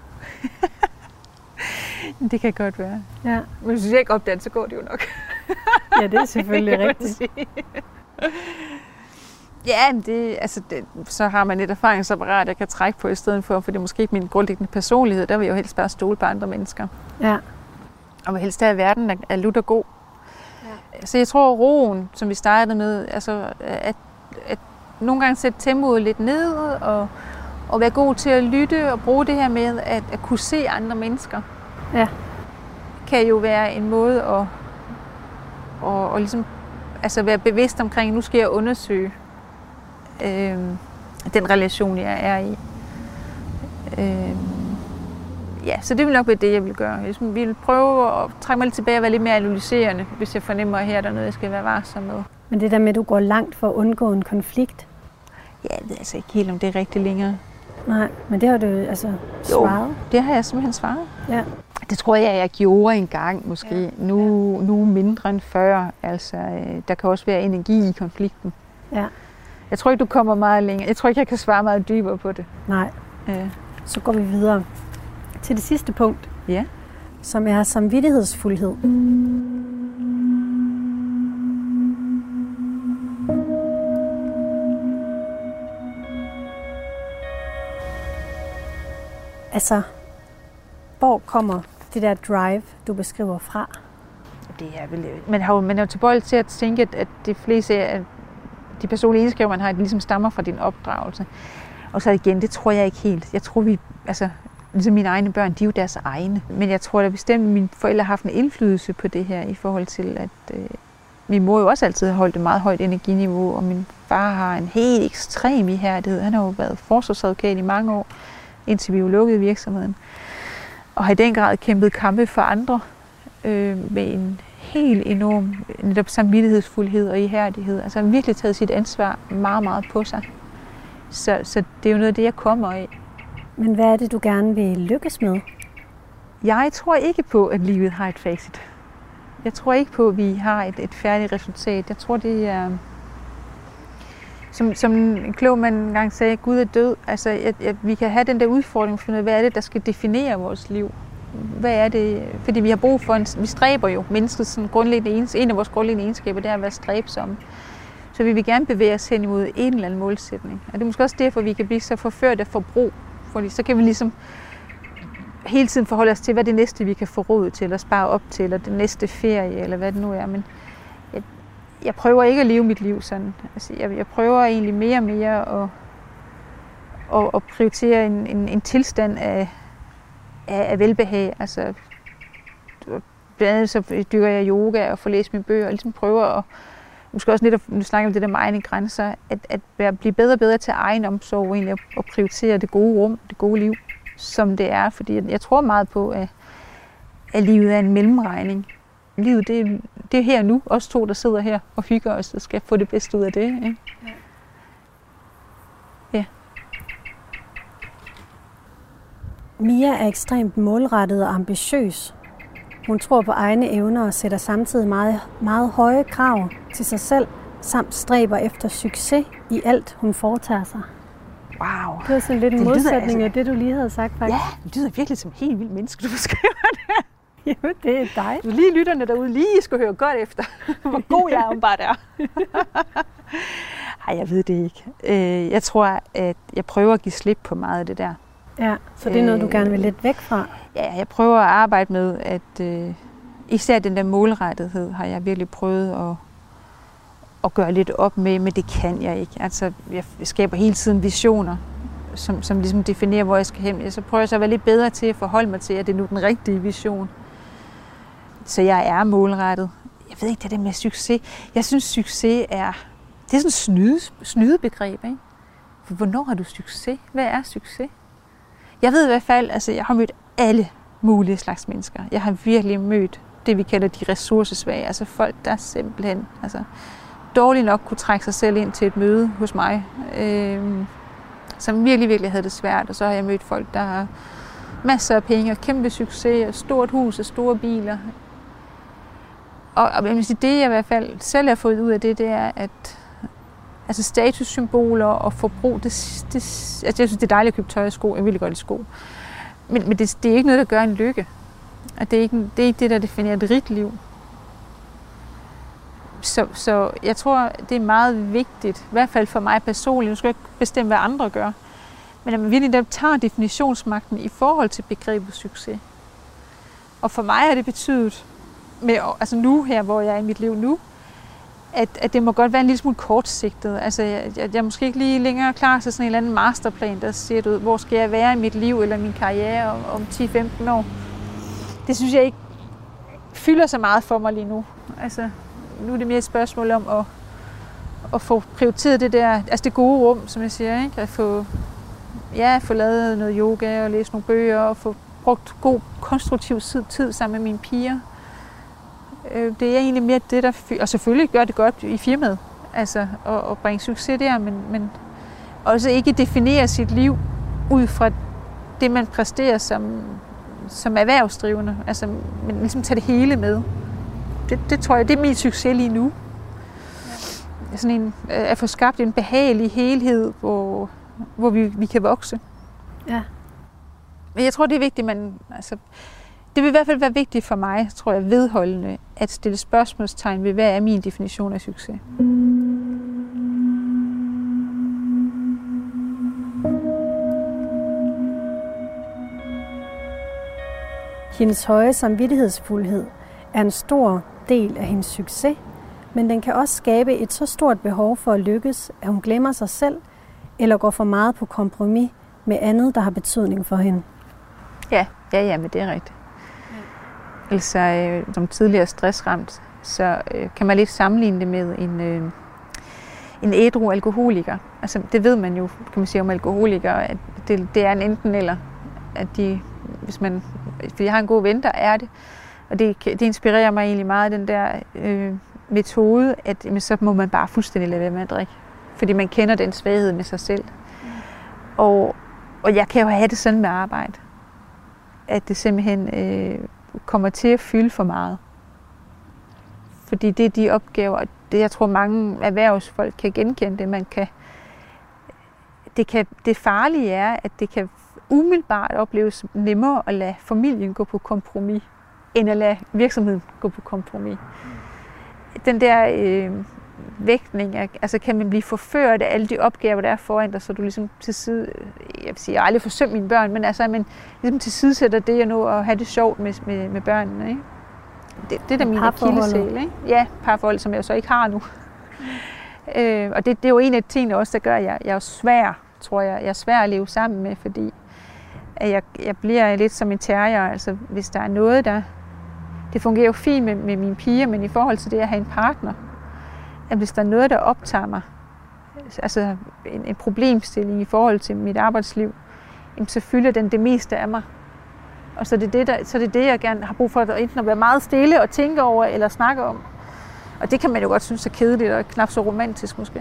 Det kan godt være. Ja. Men hvis jeg ikke opdager det, så går det jo nok. Ja, det er selvfølgelig rigtigt. Ja, det, altså det, så har man et erfaringsapparat, jeg kan trække på i stedet for, for det er måske ikke min grundlæggende personlighed. Der vil jeg jo helst bare stole på andre mennesker. Ja. Og vil helst have, at verden er, er lutter god. Ja. Så jeg tror, roen, som vi startede med, altså at, at nogle gange sætte tempoet lidt ned, og, og være god til at lytte, og bruge det her med at, at kunne se andre mennesker, ja, kan jo være en måde at, at, at ligesom, altså være bevidst omkring, nu skal jeg undersøge øh, den relation, jeg er i. Øh, ja, så det vil nok være det, jeg vil gøre. Jeg vil prøve at trække mig lidt tilbage og være lidt mere analyserende, hvis jeg fornemmer, at her er der noget, jeg skal være varsom med. Men det der med, at du går langt for at undgå en konflikt? Ja, jeg ved altså ikke helt, om det er rigtigt længere. Nej, men det har du altså svaret. Jo, det har jeg simpelthen svaret. Ja. Det tror jeg, jeg gjorde engang måske. Ja. Nu, nu mindre end før. Altså, der kan også være energi i konflikten. Ja. Jeg tror ikke, du kommer meget længere. Jeg tror ikke, jeg kan svare meget dybere på det. Nej. Ja. Så går vi videre til det sidste punkt, ja. som er samvittighedsfuldhed. Altså, hvor kommer det der drive, du beskriver fra? Det er vel, man, har jo, man er jo tilbøjelig til at tænke, at, at de fleste af de personlige egenskaber, man har, de ligesom stammer fra din opdragelse. Og så igen, det tror jeg ikke helt. Jeg tror, vi, altså, ligesom mine egne børn, de er jo deres egne. Men jeg tror da bestemt, at mine forældre har haft en indflydelse på det her, i forhold til, at øh, min mor jo også altid har holdt et meget højt energiniveau, og min far har en helt ekstrem ihærdighed. Han har jo været forsvarsadvokat i mange år, indtil vi jo lukkede virksomheden. Og har i den grad kæmpet kampe for andre øh, med en helt enorm netop samvittighedsfuldhed og ihærdighed. Altså han har virkelig taget sit ansvar meget, meget på sig. Så, så det er jo noget af det, jeg kommer af. Men hvad er det, du gerne vil lykkes med? Jeg tror ikke på, at livet har et facit. Jeg tror ikke på, at vi har et, et færdigt resultat. Jeg tror, det er... Som, som en klog mand engang sagde, Gud er død. Altså, at, at vi kan have den der udfordring for, hvad er det, der skal definere vores liv? Hvad er det? Fordi vi har brug for en... Vi stræber jo menneskets sådan grundlæggende en af vores grundlæggende egenskaber, det er at være stræbsomme. Så vi vil gerne bevæge os hen imod en eller anden målsætning. Og det er måske også derfor, vi kan blive så forført af forbrug. Fordi så kan vi ligesom hele tiden forholde os til, hvad det næste, vi kan få råd til, eller spare op til, eller det næste ferie, eller hvad det nu er. Men jeg, jeg prøver ikke at leve mit liv sådan. Altså, jeg, jeg prøver egentlig mere og mere at, at, at prioritere en, en, en tilstand af, af, af velbehag. Altså, blandt andet så dykker jeg yoga og får læst mine bøger, og ligesom prøver at måske også netop, nu snakker vi om det der med egne grænser, at, at blive bedre og bedre til egen omsorg, egentlig, og prioritere det gode rum, det gode liv, som det er. Fordi jeg, jeg tror meget på, at, at livet er en mellemregning. Livet, det, det er her nu, os to, der sidder her og hygger os, og skal få det bedste ud af det. Ikke? Ja. Ja. Mia er ekstremt målrettet og ambitiøs. Hun tror på egne evner og sætter samtidig meget, meget høje krav til sig selv, samt stræber efter succes i alt, hun foretager sig. Wow. Det er sådan lidt en modsætning altså af det, du lige havde sagt, faktisk. Ja, det lyder virkelig som en helt vild menneske, du beskriver det. Jo, det er dig. Du lige lytterne derude lige skulle høre godt efter, hvor god jeg er, bare der. Ej, jeg ved det ikke. Jeg tror, at jeg prøver at give slip på meget af det der. Ja, så det er noget, du gerne vil lidt væk fra? Ja, jeg prøver at arbejde med, at øh, især den der målrettighed har jeg virkelig prøvet at, at gøre lidt op med, men det kan jeg ikke. Altså, jeg skaber hele tiden visioner, som, som ligesom definerer, hvor jeg skal hen. Så prøver jeg så at være lidt bedre til at forholde mig til, at det er nu den rigtige vision. Så jeg er målrettet. Jeg ved ikke, det der med succes. Jeg synes, succes er, det er sådan et snyde, snydebegreb, ikke? For hvornår har du succes? Hvad er succes? Jeg ved i hvert fald, altså jeg har mødt alle mulige slags mennesker. Jeg har virkelig mødt det, vi kalder de ressourcesvage. Altså folk, der simpelthen altså, dårligt nok kunne trække sig selv ind til et møde hos mig. Øh, som virkelig, virkelig havde det svært. Og så har jeg mødt folk, der har masser af penge og kæmpe succes og stort hus og store biler. Og, og jeg vil sige, det jeg i hvert fald selv har fået ud af det, det er, at altså statussymboler og forbrug, det, det, altså jeg synes, det er dejligt at købe tøj og sko. Jeg vil virkelig godt lide sko. Men, men det, det er ikke noget, der gør en lykke. Og det er ikke det, er ikke det der definerer et rigt liv. Så, så jeg tror, det er meget vigtigt, i hvert fald for mig personligt, nu skal jeg ikke bestemme, hvad andre gør, men at man virkelig tager definitionsmagten i forhold til begrebet succes. Og for mig har det betydet, med, altså nu her, hvor jeg er i mit liv nu, At, at det må godt være en lille smule kortsigtet. Altså, jeg, jeg, jeg er måske ikke lige længere klar til sådan en eller anden masterplan, der siger, du, hvor skal jeg være i mit liv eller min karriere om, om ti til femten år. Det synes jeg ikke fylder så meget for mig lige nu. Altså, nu er det mere et spørgsmål om at, at få prioriteret det der, altså det gode rum, som jeg siger, ikke? At få, ja, få lavet noget yoga og læse nogle bøger og få brugt god, konstruktiv tid sammen med mine piger. Det er egentlig mere det, der fyrer. Og selvfølgelig gør det godt i firmaet, altså at, at bringe succes der, men, men også ikke definere sit liv ud fra det, man præsterer som, som erhvervsdrivende. Altså, men ligesom tage det hele med. Det, det tror jeg, det er min succes lige nu. Ja. Sådan en, at få skabt en behagelig helhed, hvor, hvor vi, vi kan vokse. Ja. Men jeg tror, det er vigtigt, man, altså, det vil i hvert fald være vigtigt for mig, tror jeg, vedholdende, at stille spørgsmålstegn ved, hvad er min definition af succes. Hendes høje samvittighedsfuldhed er en stor del af hendes succes, men den kan også skabe et så stort behov for at lykkes, at hun glemmer sig selv eller går for meget på kompromis med andet, der har betydning for hende. Ja, ja, ja, men det er rigtigt. Ja. Altså, øh, som tidligere stressramt, så øh, kan man lidt sammenligne det med en, øh, en ædru alkoholiker. Altså, det ved man jo, kan man sige om alkoholikere, at det, det er en enten eller, at de, hvis man, fordi jeg har en god ven, der er det, og det, det inspirerer mig egentlig meget, den der øh, metode, at jamen, så må man bare fuldstændig lade være med at drikke, fordi man kender den svaghed med sig selv. Mm. Og, og jeg kan jo have det sådan med arbejde, at det simpelthen øh, kommer til at fylde for meget. Fordi det er de opgaver, det jeg tror mange erhvervsfolk kan genkende det, man kan, det kan, det farlige er, at det kan umiddelbart opleves nemmere at lade familien gå på kompromis, end at lade virksomheden gå på kompromis. Den der øh, vægtning, altså kan man blive forført af alle de opgaver, der er foran dig, så du ligesom til side, jeg vil sige, jeg har aldrig forsømt mine børn, men altså, man ligesom til side sætter det, at nå at have det sjovt med, med, med børnene, ikke? Det, det er da min akilleshæl, ikke? Ja, parforhold, som jeg så ikke har nu. Mm. øh, og det, det er jo en af tingene også, der gør, at jeg, jeg er svær, tror jeg, jeg er svær at leve sammen med, fordi at jeg, jeg bliver lidt som en terrier, altså hvis der er noget, der... Det fungerer jo fint med, med mine piger, men i forhold til det at have en partner, at hvis der er noget, der optager mig, altså en, en problemstilling i forhold til mit arbejdsliv, jamen, så fylder den det meste af mig. Og så er det det, der, så er det, det jeg gerne har brug for, at enten at være meget stille og tænke over eller snakke om. Og det kan man jo godt synes er kedeligt og knap så romantisk måske.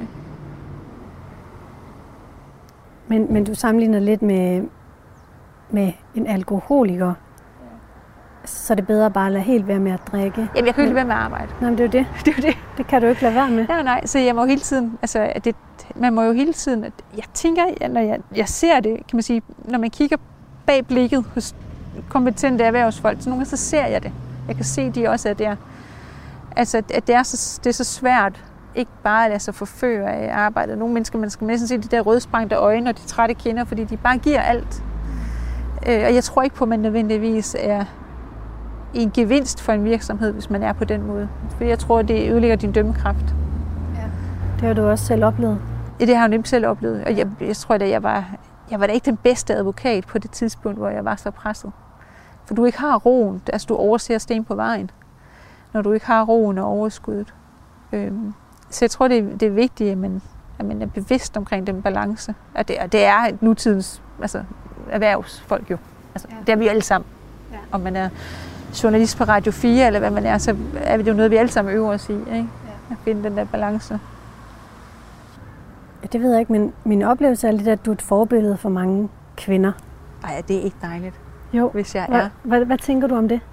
Men, men du sammenligner lidt med, med en alkoholiker. Så er det bedre bare at lade helt være med at drikke. Jamen, jeg kan jo ikke lade være med at arbejde. Nej, men det er jo det. Det er jo det. Det kan du ikke lade være med. Ja, nej, så jeg må jo hele tiden, altså, det, man må jo hele tiden, at jeg tænker, når jeg, jeg ser det, kan man sige, når man kigger bag blikket hos kompetente erhvervsfolk, så nogle gange så ser jeg det. Jeg kan se, at de også er der. Altså, at det er så, det er så svært, ikke bare at lade sig forføre af arbejdet. Nogle mennesker, man skal næsten se de der rødsprængte øjne og de trætte kinder, fordi de bare giver alt. Øh, og jeg tror ikke på, at man nødvendigvis er en gevinst for en virksomhed, hvis man er på den måde. For jeg tror, det ødelægger din dømmekraft. Ja. Det har du også selv oplevet. Ja, det har jeg nemlig selv oplevet. Og jeg, jeg tror, at jeg var, jeg var da ikke den bedste advokat på det tidspunkt, hvor jeg var så presset. For du ikke har roen, altså du overser sten på vejen, når du ikke har roen og overskuddet. Øhm, så jeg tror, det er, det er vigtigt, at man, at man er bevidst omkring den balance. Og det, og det er nutidens altså, erhvervsfolk jo. Altså, ja. Det er vi jo alle sammen. Ja. Om man er journalist på Radio fire, eller hvad man er, så er det jo noget, vi alle sammen øver os i, ikke? Ja. At finde den der balance. Ja, det ved jeg ikke, men min oplevelse er lidt, at du er et forbillede for mange kvinder. Ej, det er ikke dejligt, jo. Hvis jeg hvad, er. Hvad, hvad tænker du om det?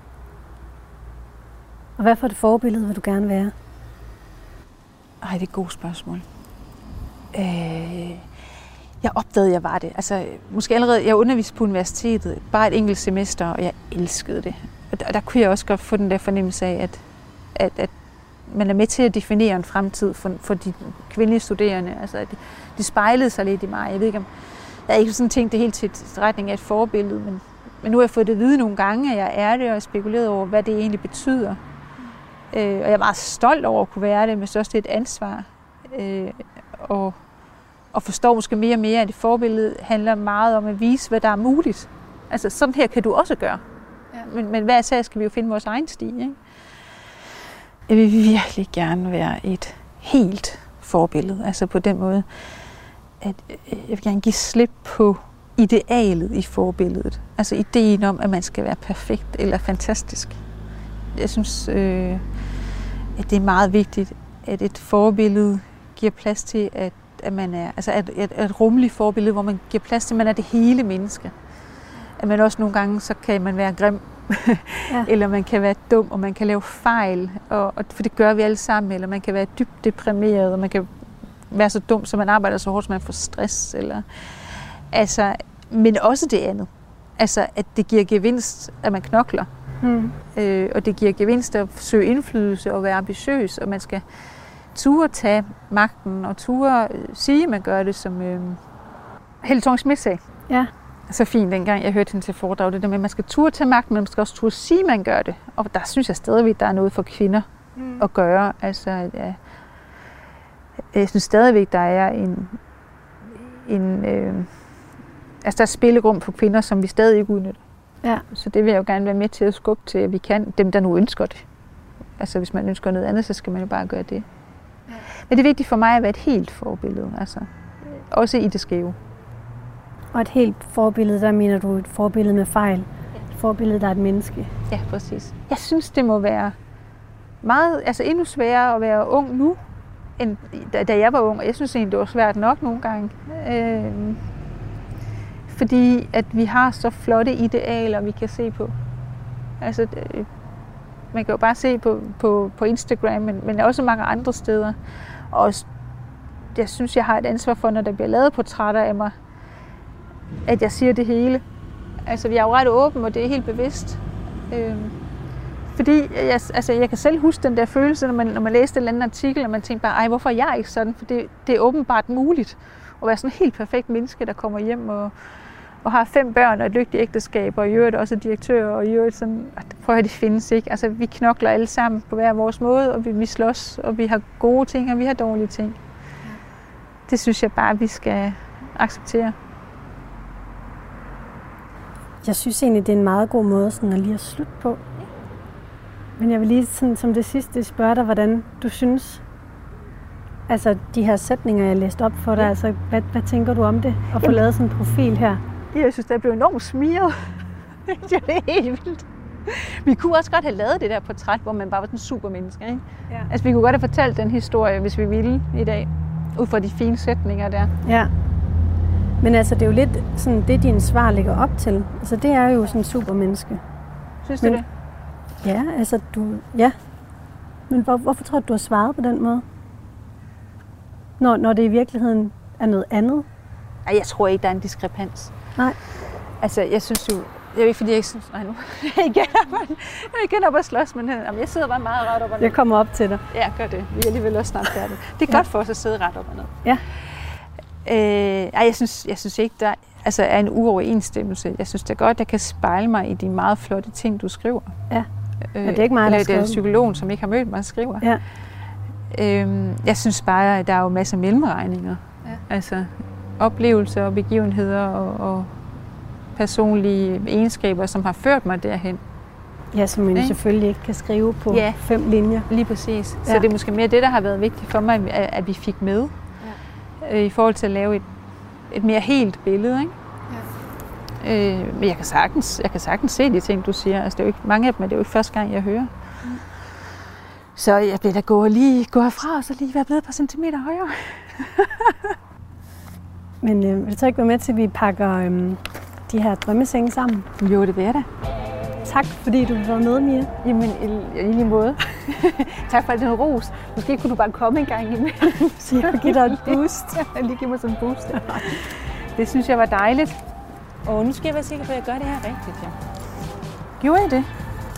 Og hvad for et forbillede vil du gerne være? Ej, det er et godt spørgsmål. Øh, jeg opdagede, at jeg var det. Altså, måske allerede, jeg underviste på universitetet, bare et enkelt semester, og jeg elskede det. Og der, der kunne jeg også godt få den der fornemmelse af, at, at, at man er med til at definere en fremtid for, for de kvindelige studerende. Altså, de, de spejlede sig lidt i mig. Jeg ved ikke, om jeg har ikke sådan tænkt det helt til retning af et forbillede, men, men nu har jeg fået det at vide nogle gange, at jeg er det, og jeg spekuleret over, hvad det egentlig betyder. Øh, og jeg er meget stolt over at kunne være det, men så også det er et ansvar. Øh, og, og forstår måske mere og mere, at et forbillede handler meget om at vise, hvad der er muligt. Altså, sådan her kan du også gøre. Ja. Men, men hver sag skal vi jo finde vores egen sti, ikke? Jeg vil virkelig gerne være et helt forbillede. Altså på den måde, at jeg vil gerne give slip på idealet i forbilledet. Altså ideen om, at man skal være perfekt eller fantastisk. Jeg synes, øh, at det er meget vigtigt, at et forbillede giver plads til, at, at man er altså et, et, et rummeligt forbillede, hvor man giver plads til, at man er det hele menneske. At man også nogle gange, så kan man være grim, ja. Eller man kan være dum, og man kan lave fejl, og, og, for det gør vi alle sammen, eller man kan være dybt deprimeret, og man kan være så dum, så man arbejder så hårdt, så man får stress, eller altså, men også det andet. Altså, at det giver gevinst, at man knokler. Mm. Øh, og det giver gevinst at søge indflydelse og være ambitiøs, og man skal ture tage magten, og ture sige, at man gør det, som øh, Helle Thorning-Schmidt sagde. Ja. Så fint, dengang jeg hørte hende til foredrag, det der med, at man skal ture tage magten, men man skal også ture sige, at man gør det. Og der synes jeg stadigvæk, at der er noget for kvinder mm. at gøre. Altså, ja, jeg synes stadigvæk, der er en... en øh, altså, der er spillerum for kvinder, som vi stadig ikke udnytter. Ja. Så det vil jeg jo gerne være med til at skubbe til, at vi kan. Dem, der nu ønsker det. Altså, hvis man ønsker noget andet, så skal man jo bare gøre det. Ja. Men det er vigtigt for mig at være et helt forbillede. Altså, også i det skæve. Og et helt forbillede, der mener du et forbillede med fejl. Et forbillede, der er et menneske. Ja, præcis. Jeg synes, det må være meget, altså endnu sværere at være ung nu, end da jeg var ung. Og jeg synes egentlig, det var svært nok nogle gange. Øh, fordi at vi har så flotte idealer, vi kan se på. Altså, det, man kan jo bare se på, på, på Instagram, men, men også mange andre steder. Og jeg synes, jeg har et ansvar for, når der bliver lavet portrætter af mig, at jeg siger det hele. Altså, vi er jo ret åbne, og det er helt bevidst. Øh, fordi jeg, altså, jeg kan selv huske den der følelse, når man, når man læste en eller anden artikel, og man tænker bare, ej, hvorfor er jeg ikke sådan? For det, det er åbenbart muligt at være sådan en helt perfekt menneske, der kommer hjem og, og har fem børn og et lykkeligt ægteskab, og i øvrigt også direktør, og i øvrigt sådan, prøv at det findes ikke. Altså, vi knokler alle sammen på hver vores måde, og vi, vi slås, og vi har gode ting, og vi har dårlige ting. Det synes jeg bare, vi skal acceptere. Jeg synes egentlig, det er en meget god måde sådan at lige at slutte på. Men jeg vil lige sådan, som det sidste spørge dig, hvordan du synes, altså de her sætninger, jeg læste op for dig, ja. Altså hvad, hvad tænker du om det? At få lavet sådan en profil her? Jeg synes, det blev enormt smiret. Det er helt vildt. Vi kunne også godt have lavet det der portræt, hvor man bare var sådan en supermenneske, ikke? Ja. Altså vi kunne godt have fortalt den historie, hvis vi ville i dag, ud fra de fine sætninger der. Ja. Men altså, det er jo lidt sådan, det din svar ligger op til. Altså, det er jo sådan en supermenneske. Synes du Men, det? Ja, altså, du... Ja. Men hvor, hvorfor tror du, du har svaret på den måde? Når, når det i virkeligheden er noget andet? Ej, jeg tror ikke, der er en diskrepans. Nej. Altså, jeg synes jo... Jeg ved ikke, fordi jeg ikke synes... Nej, nu jeg er igen op, jeg er igen op og slås, men jamen, jeg sidder bare meget ret op og ned. Jeg kommer op til dig. Ja, gør det. Vi er alligevel også snart færdige. Det er ja. Godt for os at sidde ret op og ned. Ja. Øh, ej, jeg synes, jeg synes ikke, der altså, er en uoverensstemmelse. Jeg synes det er godt, at jeg kan spejle mig i de meget flotte ting, du skriver. Ja, men det er ikke mig, der skriver. Det er psykologen, som ikke har mødt mig, skriver. Ja. Øh, jeg synes bare, at der er jo masser af mellemregninger. Ja. Altså oplevelser og begivenheder og, og personlige egenskaber, som har ført mig derhen. Ja, som man ja. selvfølgelig ikke kan skrive på ja. fem linjer. Lige præcis. Ja. Så det er måske mere det, der har været vigtigt for mig, at vi fik med. I forhold til at lave et, et mere helt billede, ikke? Ja. Øh, men jeg kan sagtens, jeg kan sagtens se de ting, du siger. Altså, det er jo ikke, mange af dem, det er jo ikke første gang, jeg hører. Mm. Så jeg bliver da gå lige gå herfra, og så lige være blevet et par centimeter højere. Men øh, vil du så ikke være med til, at vi pakker øh, de her drømmesenge sammen? Jo, det vil jeg da. Tak, fordi du var med, Mia. Jamen, i, i lige måde. Tak for al den ros. Måske kunne du bare komme en gang imellem. Så jeg vil give dig et boost. Ja, lige give mig sådan en boost. Det synes jeg var dejligt. Og nu skal jeg være sikker på, at jeg gør det her rigtigt. Ja. Gjorde jeg det?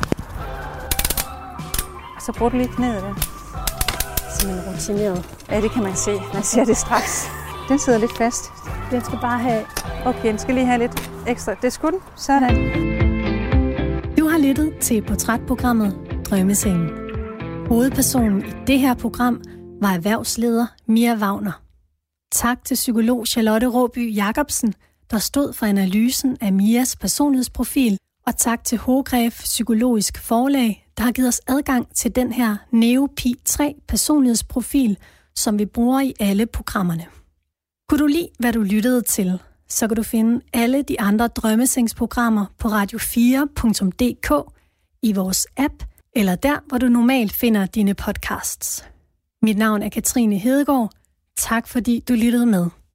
Og så bruger du lige knæet der. Simpelthen rutineret. Ja, det kan man se. Man ser det straks. Den sidder lidt fast. Den skal bare have... Okay, den skal lige have lidt ekstra. Det skulle den. Sådan. Du har lyttet til portrætprogrammet Drømmesengen. Hovedpersonen i det her program var erhvervsleder Mia Wagner. Tak til psykolog Charlotte Råby Jacobsen, der stod for analysen af Mias personlighedsprofil, og tak til Hogref Psykologisk Forlag, der har givet os adgang til den her Neopi tre personlighedsprofil, som vi bruger i alle programmerne. Kunne du lide, hvad du lyttede til, så kan du finde alle de andre drømmesengsprogrammer på radio fire punktum d k, i vores app, eller der, hvor du normalt finder dine podcasts. Mit navn er Katrine Hedegaard. Tak fordi du lyttede med.